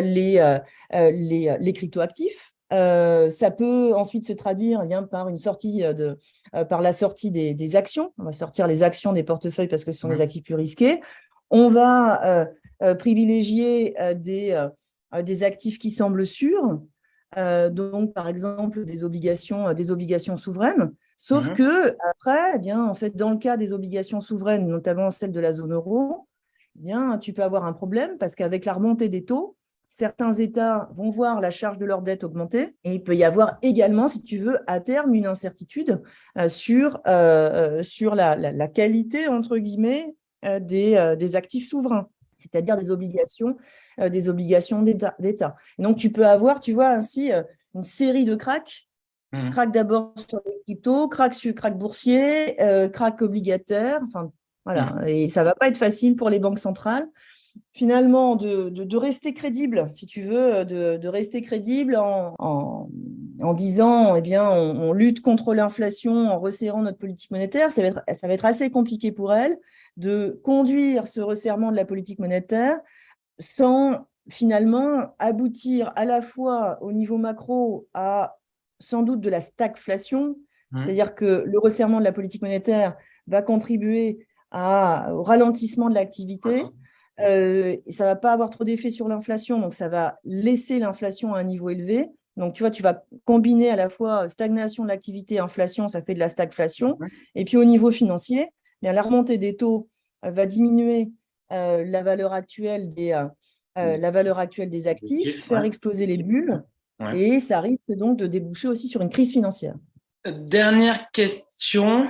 les cryptoactifs. Ça peut ensuite se traduire par une sortie par la sortie des actions. On va sortir les actions des portefeuilles parce que ce sont des actifs plus risqués. On va privilégier des actifs qui semblent sûrs, donc par exemple des obligations souveraines. Sauf que après, eh bien, en fait, dans le cas des obligations souveraines, notamment celles de la zone euro, eh bien, tu peux avoir un problème parce qu'avec la remontée des taux, certains États vont voir la charge de leur dette augmenter et il peut y avoir également, si tu veux, à terme, une incertitude sur la qualité, entre guillemets, des actifs souverains, c'est-à-dire des obligations d'État. Et donc, tu peux avoir, tu vois, ainsi une série de cracks. Crack d'abord sur les cryptos, crack boursier, crack obligataire. Enfin, voilà. Et ça ne va pas être facile pour les banques centrales. Finalement, de rester crédible, si tu veux, de rester crédible en disant, eh bien, on lutte contre l'inflation en resserrant notre politique monétaire. Ça va être assez compliqué pour elle de conduire ce resserrement de la politique monétaire sans finalement aboutir à la fois au niveau macro à sans doute de la stagflation, c'est-à-dire que le resserrement de la politique monétaire va contribuer au ralentissement de l'activité. Ça ne va pas avoir trop d'effet sur l'inflation, donc ça va laisser l'inflation à un niveau élevé. Donc, tu vois, tu vas combiner à la fois stagnation de l'activité et inflation, ça fait de la stagflation. Et puis, au niveau financier, bien, la remontée des taux va diminuer la valeur actuelle des actifs, faire exploser les bulles, et ça risque donc de déboucher aussi sur une crise financière. Dernière question.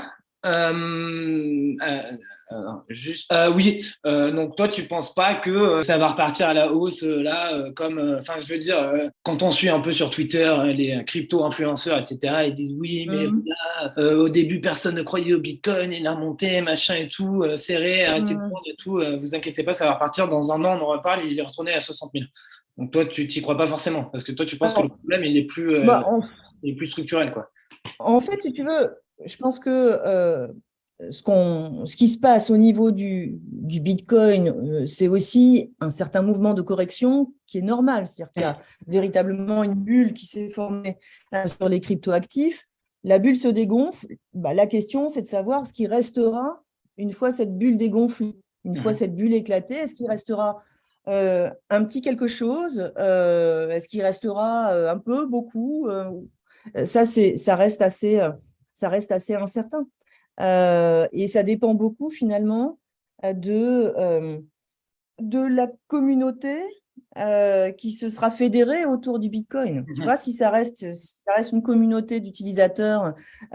Donc toi, tu penses pas que ça va repartir à la hausse là, enfin, je veux dire, quand on suit un peu sur Twitter les crypto-influenceurs, etc., ils disent oui, mais là, au début, personne ne croyait au Bitcoin, il a remonté, machin et tout, serré, arrêtez de vendre et tout, vous inquiétez pas, ça va repartir dans un an, on en reparle, il est retourné à 60 000. Donc toi, tu t'y crois pas forcément, parce que toi, tu penses que le problème, il est plus structurel, quoi. En fait, si tu veux, je pense que ce qui se passe au niveau du Bitcoin, c'est aussi un certain mouvement de correction qui est normal. C'est-à-dire qu'il y a véritablement une bulle qui s'est formée sur les cryptoactifs. La bulle se dégonfle. La question, c'est de savoir ce qui restera une fois cette bulle dégonflée, une fois cette bulle éclatée. Est-ce qu'il restera un petit quelque chose? Est-ce qu'il restera un peu, beaucoup? Ça reste assez incertain. Et ça dépend beaucoup finalement de la communauté qui se sera fédérée autour du Bitcoin. Tu vois, si ça reste une communauté d'utilisateurs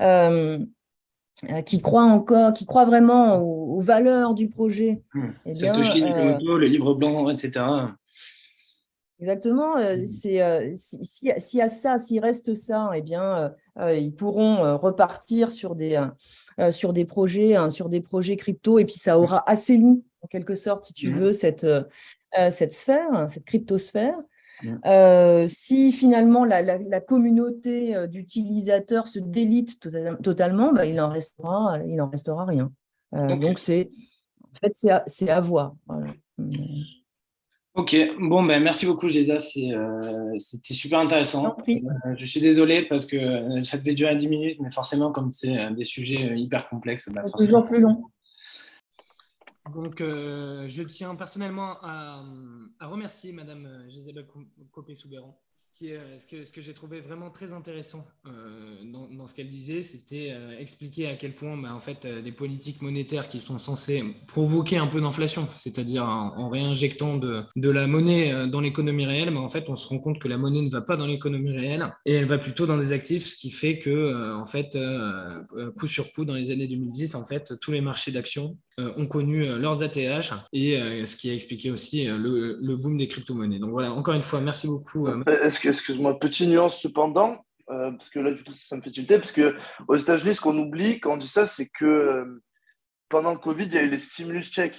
qui croient vraiment aux valeurs du projet. Satoshi Nakamoto, le livre blanc, etc. Exactement. S'il reste ça, eh bien, ils pourront repartir sur des projets crypto, et puis ça aura assaini, en quelque sorte, si tu veux, cette sphère, cette cryptosphère. Si finalement la communauté d'utilisateurs se délite totalement, il n'en restera rien. Donc, c'est à voir. Voilà. Ok, bon, merci beaucoup, Géza. C'était super intéressant. Je suis désolé parce que ça devait durer 10 minutes, mais forcément, comme c'est des sujets hyper complexes, toujours plus long. Donc, je tiens personnellement à à remercier Madame Gisèle Copé-Soubeyran. Ce que j'ai trouvé vraiment très intéressant dans ce qu'elle disait, c'était expliquer à quel point en fait, les politiques monétaires qui sont censées provoquer un peu d'inflation, c'est-à-dire en réinjectant de la monnaie dans l'économie réelle, mais en fait, on se rend compte que la monnaie ne va pas dans l'économie réelle et elle va plutôt dans des actifs, ce qui fait que, en fait, coup sur coup, dans les années 2010, en fait, tous les marchés d'actions ont connu leurs ATH et ce qui a expliqué aussi le boom des crypto-monnaies. Donc voilà, encore une fois, merci beaucoup. Excuse-moi, petite nuance cependant, parce que là, du coup, ça me fait tilter, parce que aux États-Unis, ce qu'on oublie quand on dit ça, c'est que pendant le Covid, il y a eu les stimulus checks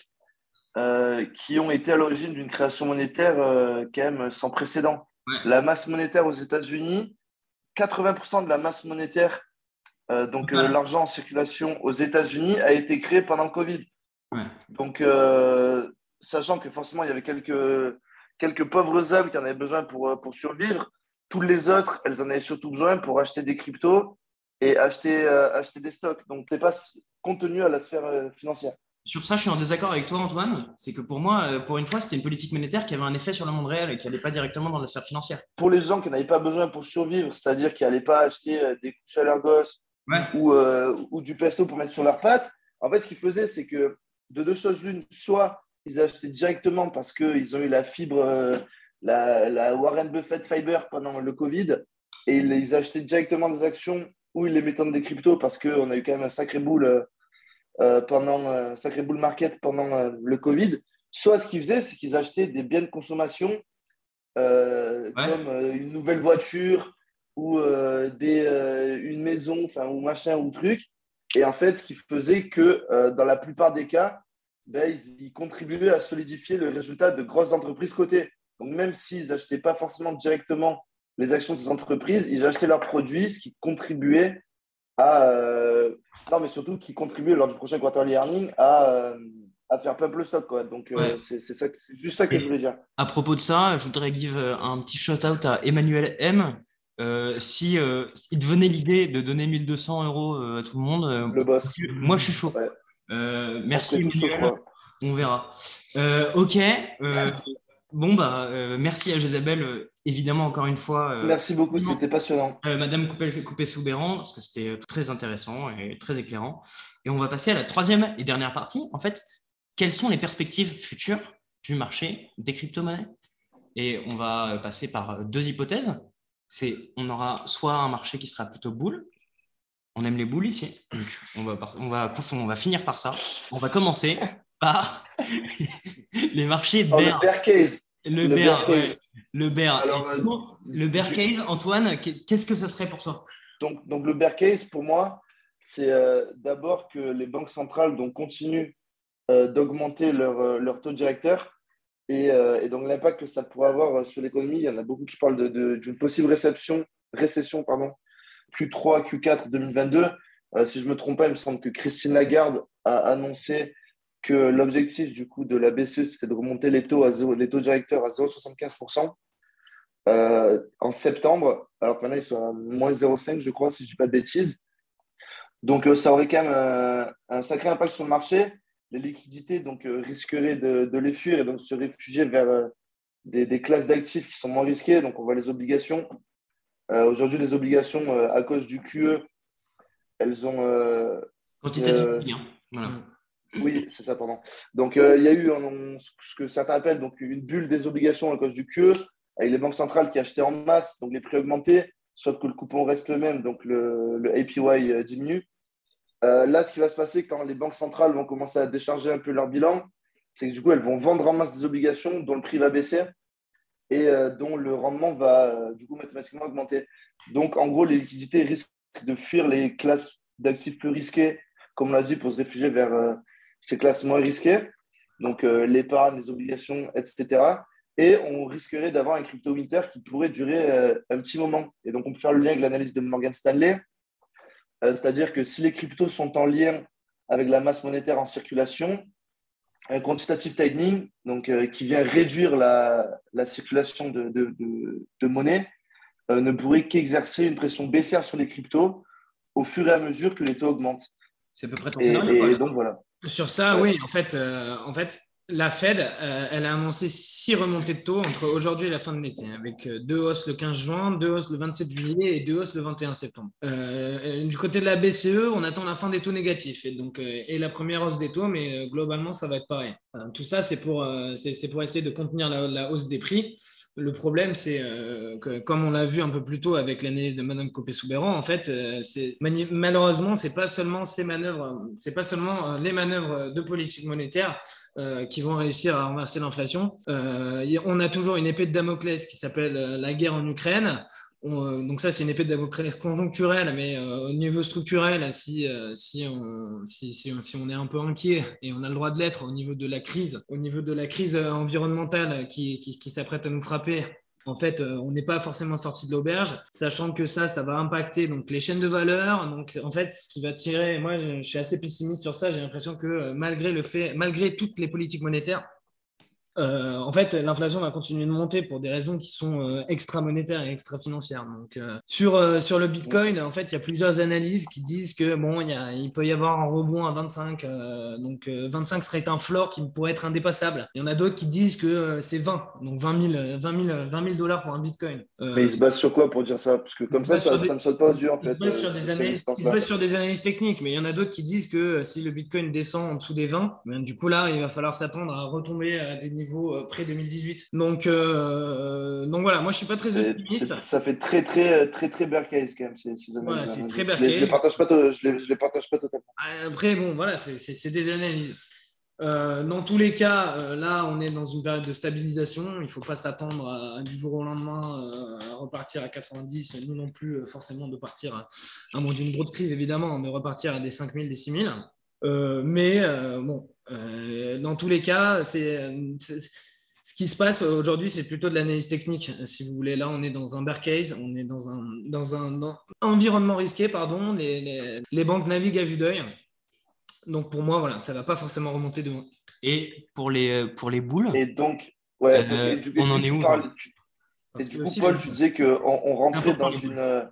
qui ont été à l'origine d'une création monétaire quand même sans précédent. Ouais. La masse monétaire aux États-Unis, 80% de la masse monétaire, donc l'argent en circulation aux États-Unis, a été créé pendant le Covid. Ouais. Donc, sachant que forcément, il y avait quelques pauvres âmes qui en avaient besoin pour survivre, toutes les autres, elles en avaient surtout besoin pour acheter des cryptos et acheter des stocks. Donc, ce n'est pas contenu à la sphère financière. Sur ça, je suis en désaccord avec toi, Antoine. C'est que pour moi, pour une fois, c'était une politique monétaire qui avait un effet sur le monde réel et qui n'allait pas directement dans la sphère financière. Pour les gens qui n'avaient pas besoin pour survivre, c'est-à-dire qui n'allaient pas acheter des couches à leur gosse ou du pesto pour mettre sur leurs pattes, en fait, ce qu'ils faisaient, c'est que de deux choses l'une, soit ils achetaient directement parce qu'ils ont eu la fibre, la Warren Buffett Fiber pendant le Covid, et ils achetaient directement des actions ou ils les mettaient dans des cryptos parce qu'on a eu quand même un sacré bull sacré bull market pendant le Covid. Soit ce qu'ils faisaient, c'est qu'ils achetaient des biens de consommation comme une nouvelle voiture ou une maison, ou machin ou truc. Et en fait, ce qui faisait que dans la plupart des cas, ils contribuaient à solidifier le résultat de grosses entreprises cotées. Donc, même s'ils n'achetaient pas forcément directement les actions de ces entreprises, ils achetaient leurs produits, ce qui contribuait non, mais surtout qui contribuait lors du prochain quarterly earning à faire pump le stock, quoi. Donc, c'est juste ça que je voulais dire. À propos de ça, je voudrais give un petit shout-out à Emmanuel M. Si il te venait l'idée de donner 1 200 € à tout le monde, Le boss. moi je suis chaud. Ouais. Merci Emmanuel, on verra. Ok. Merci à Jésabel, évidemment, encore une fois. Merci beaucoup, c'était passionnant. Madame Coupé-Soubeyran, parce que c'était très intéressant et très éclairant. Et on va passer à la troisième et dernière partie. En fait, quelles sont les perspectives futures du marché des crypto-monnaies? Et on va passer par deux hypothèses. On aura soit un marché qui sera plutôt bull. On aime les bulls ici. Donc on va finir par ça. On va commencer par les marchés bear. Le bear case. Le bear. Alors, le bear case, Antoine, qu'est-ce que ça serait pour toi? Donc le bear case, pour moi, c'est d'abord que les banques centrales continuent d'augmenter leur taux directeur et donc l'impact que ça pourrait avoir sur l'économie. Il y en a beaucoup qui parlent d'une possible récession, Q3, Q4 2022. Si je ne me trompe pas, il me semble que Christine Lagarde a annoncé que l'objectif du coup de la BCE, c'était de remonter les taux directeurs à 0,75% en septembre, alors que maintenant ils sont à moins 0,5, je crois, si je ne dis pas de bêtises. Donc ça aurait quand même un sacré impact sur le marché. Les liquidités risqueraient de les fuir et donc se réfugier vers des classes d'actifs qui sont moins risquées. Donc on voit les obligations. Aujourd'hui, les obligations, à cause du QE, elles ont… quantitative bien. Voilà. Oui, c'est ça, pardon. Donc, il y a eu ce que certains appellent une bulle des obligations à cause du QE, avec les banques centrales qui achetaient en masse, donc les prix augmentaient, sauf que le coupon reste le même, donc le APY diminue. Là, ce qui va se passer quand les banques centrales vont commencer à décharger un peu leur bilan, c'est que du coup, elles vont vendre en masse des obligations dont le prix va baisser et dont le rendement va du coup mathématiquement augmenter. Donc, en gros, les liquidités risquent de fuir les classes d'actifs plus risquées, comme on l'a dit, pour se réfugier vers ces classes moins risquées, donc l'épargne, les obligations, etc. Et on risquerait d'avoir un crypto winter qui pourrait durer un petit moment. Et donc, on peut faire le lien avec l'analyse de Morgan Stanley, c'est-à-dire que si les cryptos sont en lien avec la masse monétaire en circulation, un quantitative tightening, qui vient réduire la circulation de monnaie, ne pourrait qu'exercer une pression baissière sur les cryptos au fur et à mesure que les taux augmentent. C'est à peu près ton et donc voilà. Sur ça, oui, en fait, la Fed, elle a annoncé 6 remontées de taux entre aujourd'hui et la fin de l'été, avec 2 hausses le 15 juin, 2 hausses le 27 juillet et 2 hausses le 21 septembre. Du côté de la BCE, on attend la fin des taux négatifs et la première hausse des taux, mais globalement, ça va être pareil. Tout ça, c'est pour essayer de contenir la hausse des prix. Le problème, c'est que, comme on l'a vu un peu plus tôt avec l'analyse de Madame Copé-Soubeyran, en fait, malheureusement, c'est pas seulement les manœuvres de politique monétaire qui vont réussir à renverser l'inflation. On a toujours une épée de Damoclès qui s'appelle la guerre en Ukraine. Donc ça, c'est une épée de Damoclès conjoncturelle, mais au niveau structurel, si on est un peu inquiet, et on a le droit de l'être au niveau de la crise environnementale qui s'apprête à nous frapper, en fait, on n'est pas forcément sorti de l'auberge, sachant que ça va impacter donc les chaînes de valeur. Donc, en fait, ce qui va tirer, moi, je suis assez pessimiste sur ça. J'ai l'impression que malgré toutes les politiques monétaires, en fait, l'inflation va continuer de monter pour des raisons qui sont extra-monétaires et extra-financières. Donc, sur le Bitcoin, en fait, il y a plusieurs analyses qui disent que bon, il peut y avoir un rebond à 25. Donc, 25 serait un floor qui pourrait être indépassable. Il y en a d'autres qui disent que c'est 20. Donc, 20 000 dollars pour un Bitcoin. Mais ils se basent sur quoi pour dire ça? Parce que comme ça ne me saute pas aux yeux, en fait. Ils se basent sur des analyses techniques, mais il y en a d'autres qui disent que si le Bitcoin descend en dessous des 20, ben, du coup, là, il va falloir s'attendre à retomber à des niveaux pré-2018. Donc voilà, moi je suis pas très optimiste. Ça fait très bear case quand même ces analyses. Voilà, c'est très bear case. Je les partage pas totalement. Après bon, voilà, c'est des analyses. Dans tous les cas, là on est dans une période de stabilisation. Il ne faut pas s'attendre du jour au lendemain à repartir à 90, nous non plus forcément de partir à moins d'une grosse crise évidemment, de repartir à des 5 000, des 6 000. Mais bon, dans tous les cas, ce qui se passe aujourd'hui, c'est plutôt de l'analyse technique. Si vous voulez, là, on est dans un bear case, on est dans un environnement risqué, pardon. Les banques naviguent à vue d'œil. Donc pour moi, voilà, ça ne va pas forcément remonter de moi. Et pour les boules. Et donc, ouais, on en est où? Et du coup, Paul, tu disais qu'on rentrait dans une.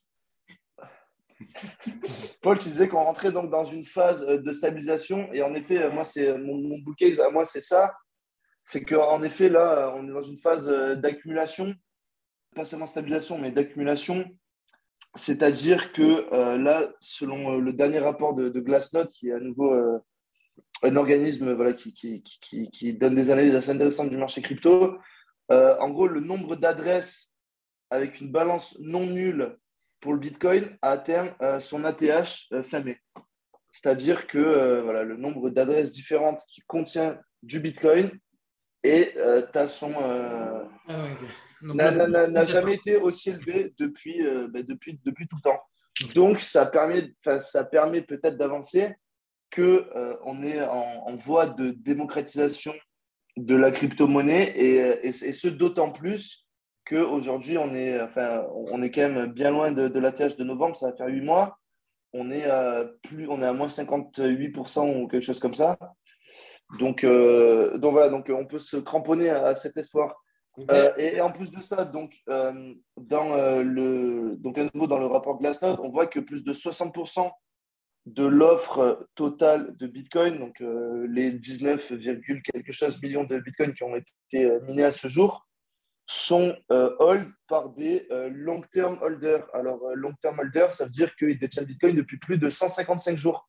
Paul, tu disais qu'on rentrait donc dans une phase de stabilisation. Et en effet, moi, c'est mon bull case à moi, c'est ça. C'est qu'en effet, là, on est dans une phase d'accumulation. Pas seulement stabilisation, mais d'accumulation. C'est-à-dire que là, selon le dernier rapport de Glassnode, qui est à nouveau un organisme voilà, qui donne des analyses assez intéressantes du marché crypto, en gros, le nombre d'adresses avec une balance non nulle pour le Bitcoin a atteint son ATH fin mai. C'est-à-dire que voilà, le nombre d'adresses différentes qui contient du Bitcoin n'a jamais été aussi élevé depuis tout le temps. Donc, ça permet peut-être d'avancer qu'on est en voie de démocratisation de la crypto-monnaie et ce d'autant plus qu'aujourd'hui, on est quand même bien loin de l'ATH de novembre, ça va faire 8 mois. On est à moins 58% ou quelque chose comme ça. Donc voilà, donc on peut se cramponner à cet espoir. Okay. Et en plus de ça, donc à nouveau dans le rapport Glassnode, on voit que plus de 60% de l'offre totale de Bitcoin, donc les 19, quelque chose millions de Bitcoin qui ont été minés à ce jour, sont hold par des long-term holders. Alors, long-term holders, ça veut dire qu'ils détiennent Bitcoin depuis plus de 155 jours.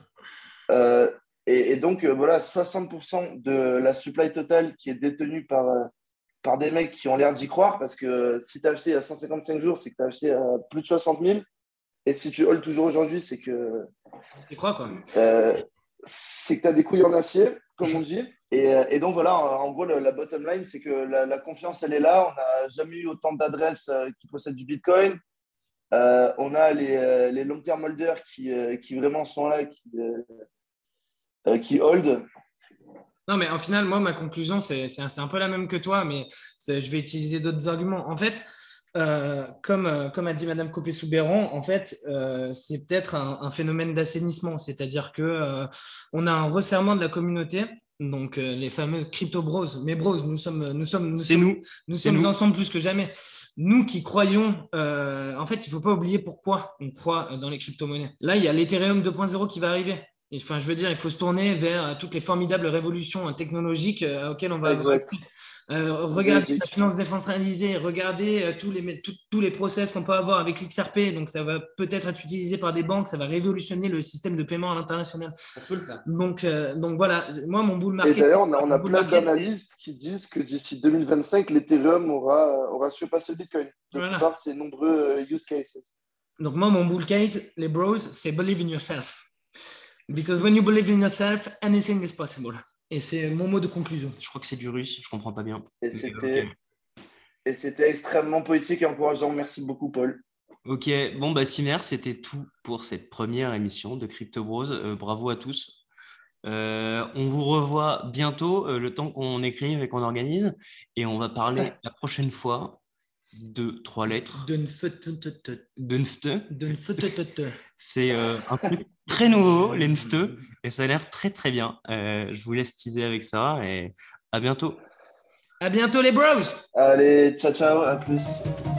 Et donc, voilà, 60% de la supply totale qui est détenue par des mecs qui ont l'air d'y croire, parce que si tu as acheté à 155 jours, c'est que tu as acheté à plus de 60 000. Et si tu hold toujours aujourd'hui, c'est que… Tu crois, quoi. C'est que tu as des couilles en acier, comme on dit. Et donc, voilà, en gros, la bottom line, c'est que la confiance, elle est là. On n'a jamais eu autant d'adresses qui possèdent du Bitcoin. On a les long-term holders qui vraiment sont là, qui hold. Non, mais en final, moi, ma conclusion, c'est un peu la même que toi, mais je vais utiliser d'autres arguments. En fait, comme a dit Madame Copé-Soubeyran, en fait, c'est peut-être un phénomène d'assainissement, c'est-à-dire qu'on a un resserrement de la communauté. Donc, les fameux crypto-bros, mais bros, nous sommes ensemble plus que jamais. Nous qui croyons, en fait, il ne faut pas oublier pourquoi on croit dans les crypto-monnaies. Là, il y a l'Ethereum 2.0 qui va arriver. Enfin, je veux dire, il faut se tourner vers toutes les formidables révolutions technologiques auxquelles on va avoir Exact. accès. Regardez la finance décentralisée, regardez tous les process qu'on peut avoir avec l'XRP. Donc, ça va peut-être être utilisé par des banques, ça va révolutionner le système de paiement à l'international. Donc voilà, moi, mon bull market. Et d'ailleurs, on a plein d'analystes qui disent que d'ici 2025, l'Ethereum aura surpassé le Bitcoin. De par ses nombreux use cases. Donc, moi, mon bull case, les bros, c'est believe in yourself. Because when you believe in yourself, anything is possible. Et c'est mon mot de conclusion. Je crois que c'est du russe, je comprends pas bien. Et c'était extrêmement poétique et encourageant. Merci beaucoup, Paul. Ok, bon, bah, Simer, c'était tout pour cette première émission de Crypto Bros. Bravo à tous. On vous revoit bientôt, le temps qu'on écrive et qu'on organise. Et on va parler la prochaine fois de 3 lettres. C'est un truc très nouveau, les NFT, et ça a l'air très très bien. Je vous laisse teaser avec ça et à bientôt. À bientôt les bros. Allez, ciao, ciao, à plus.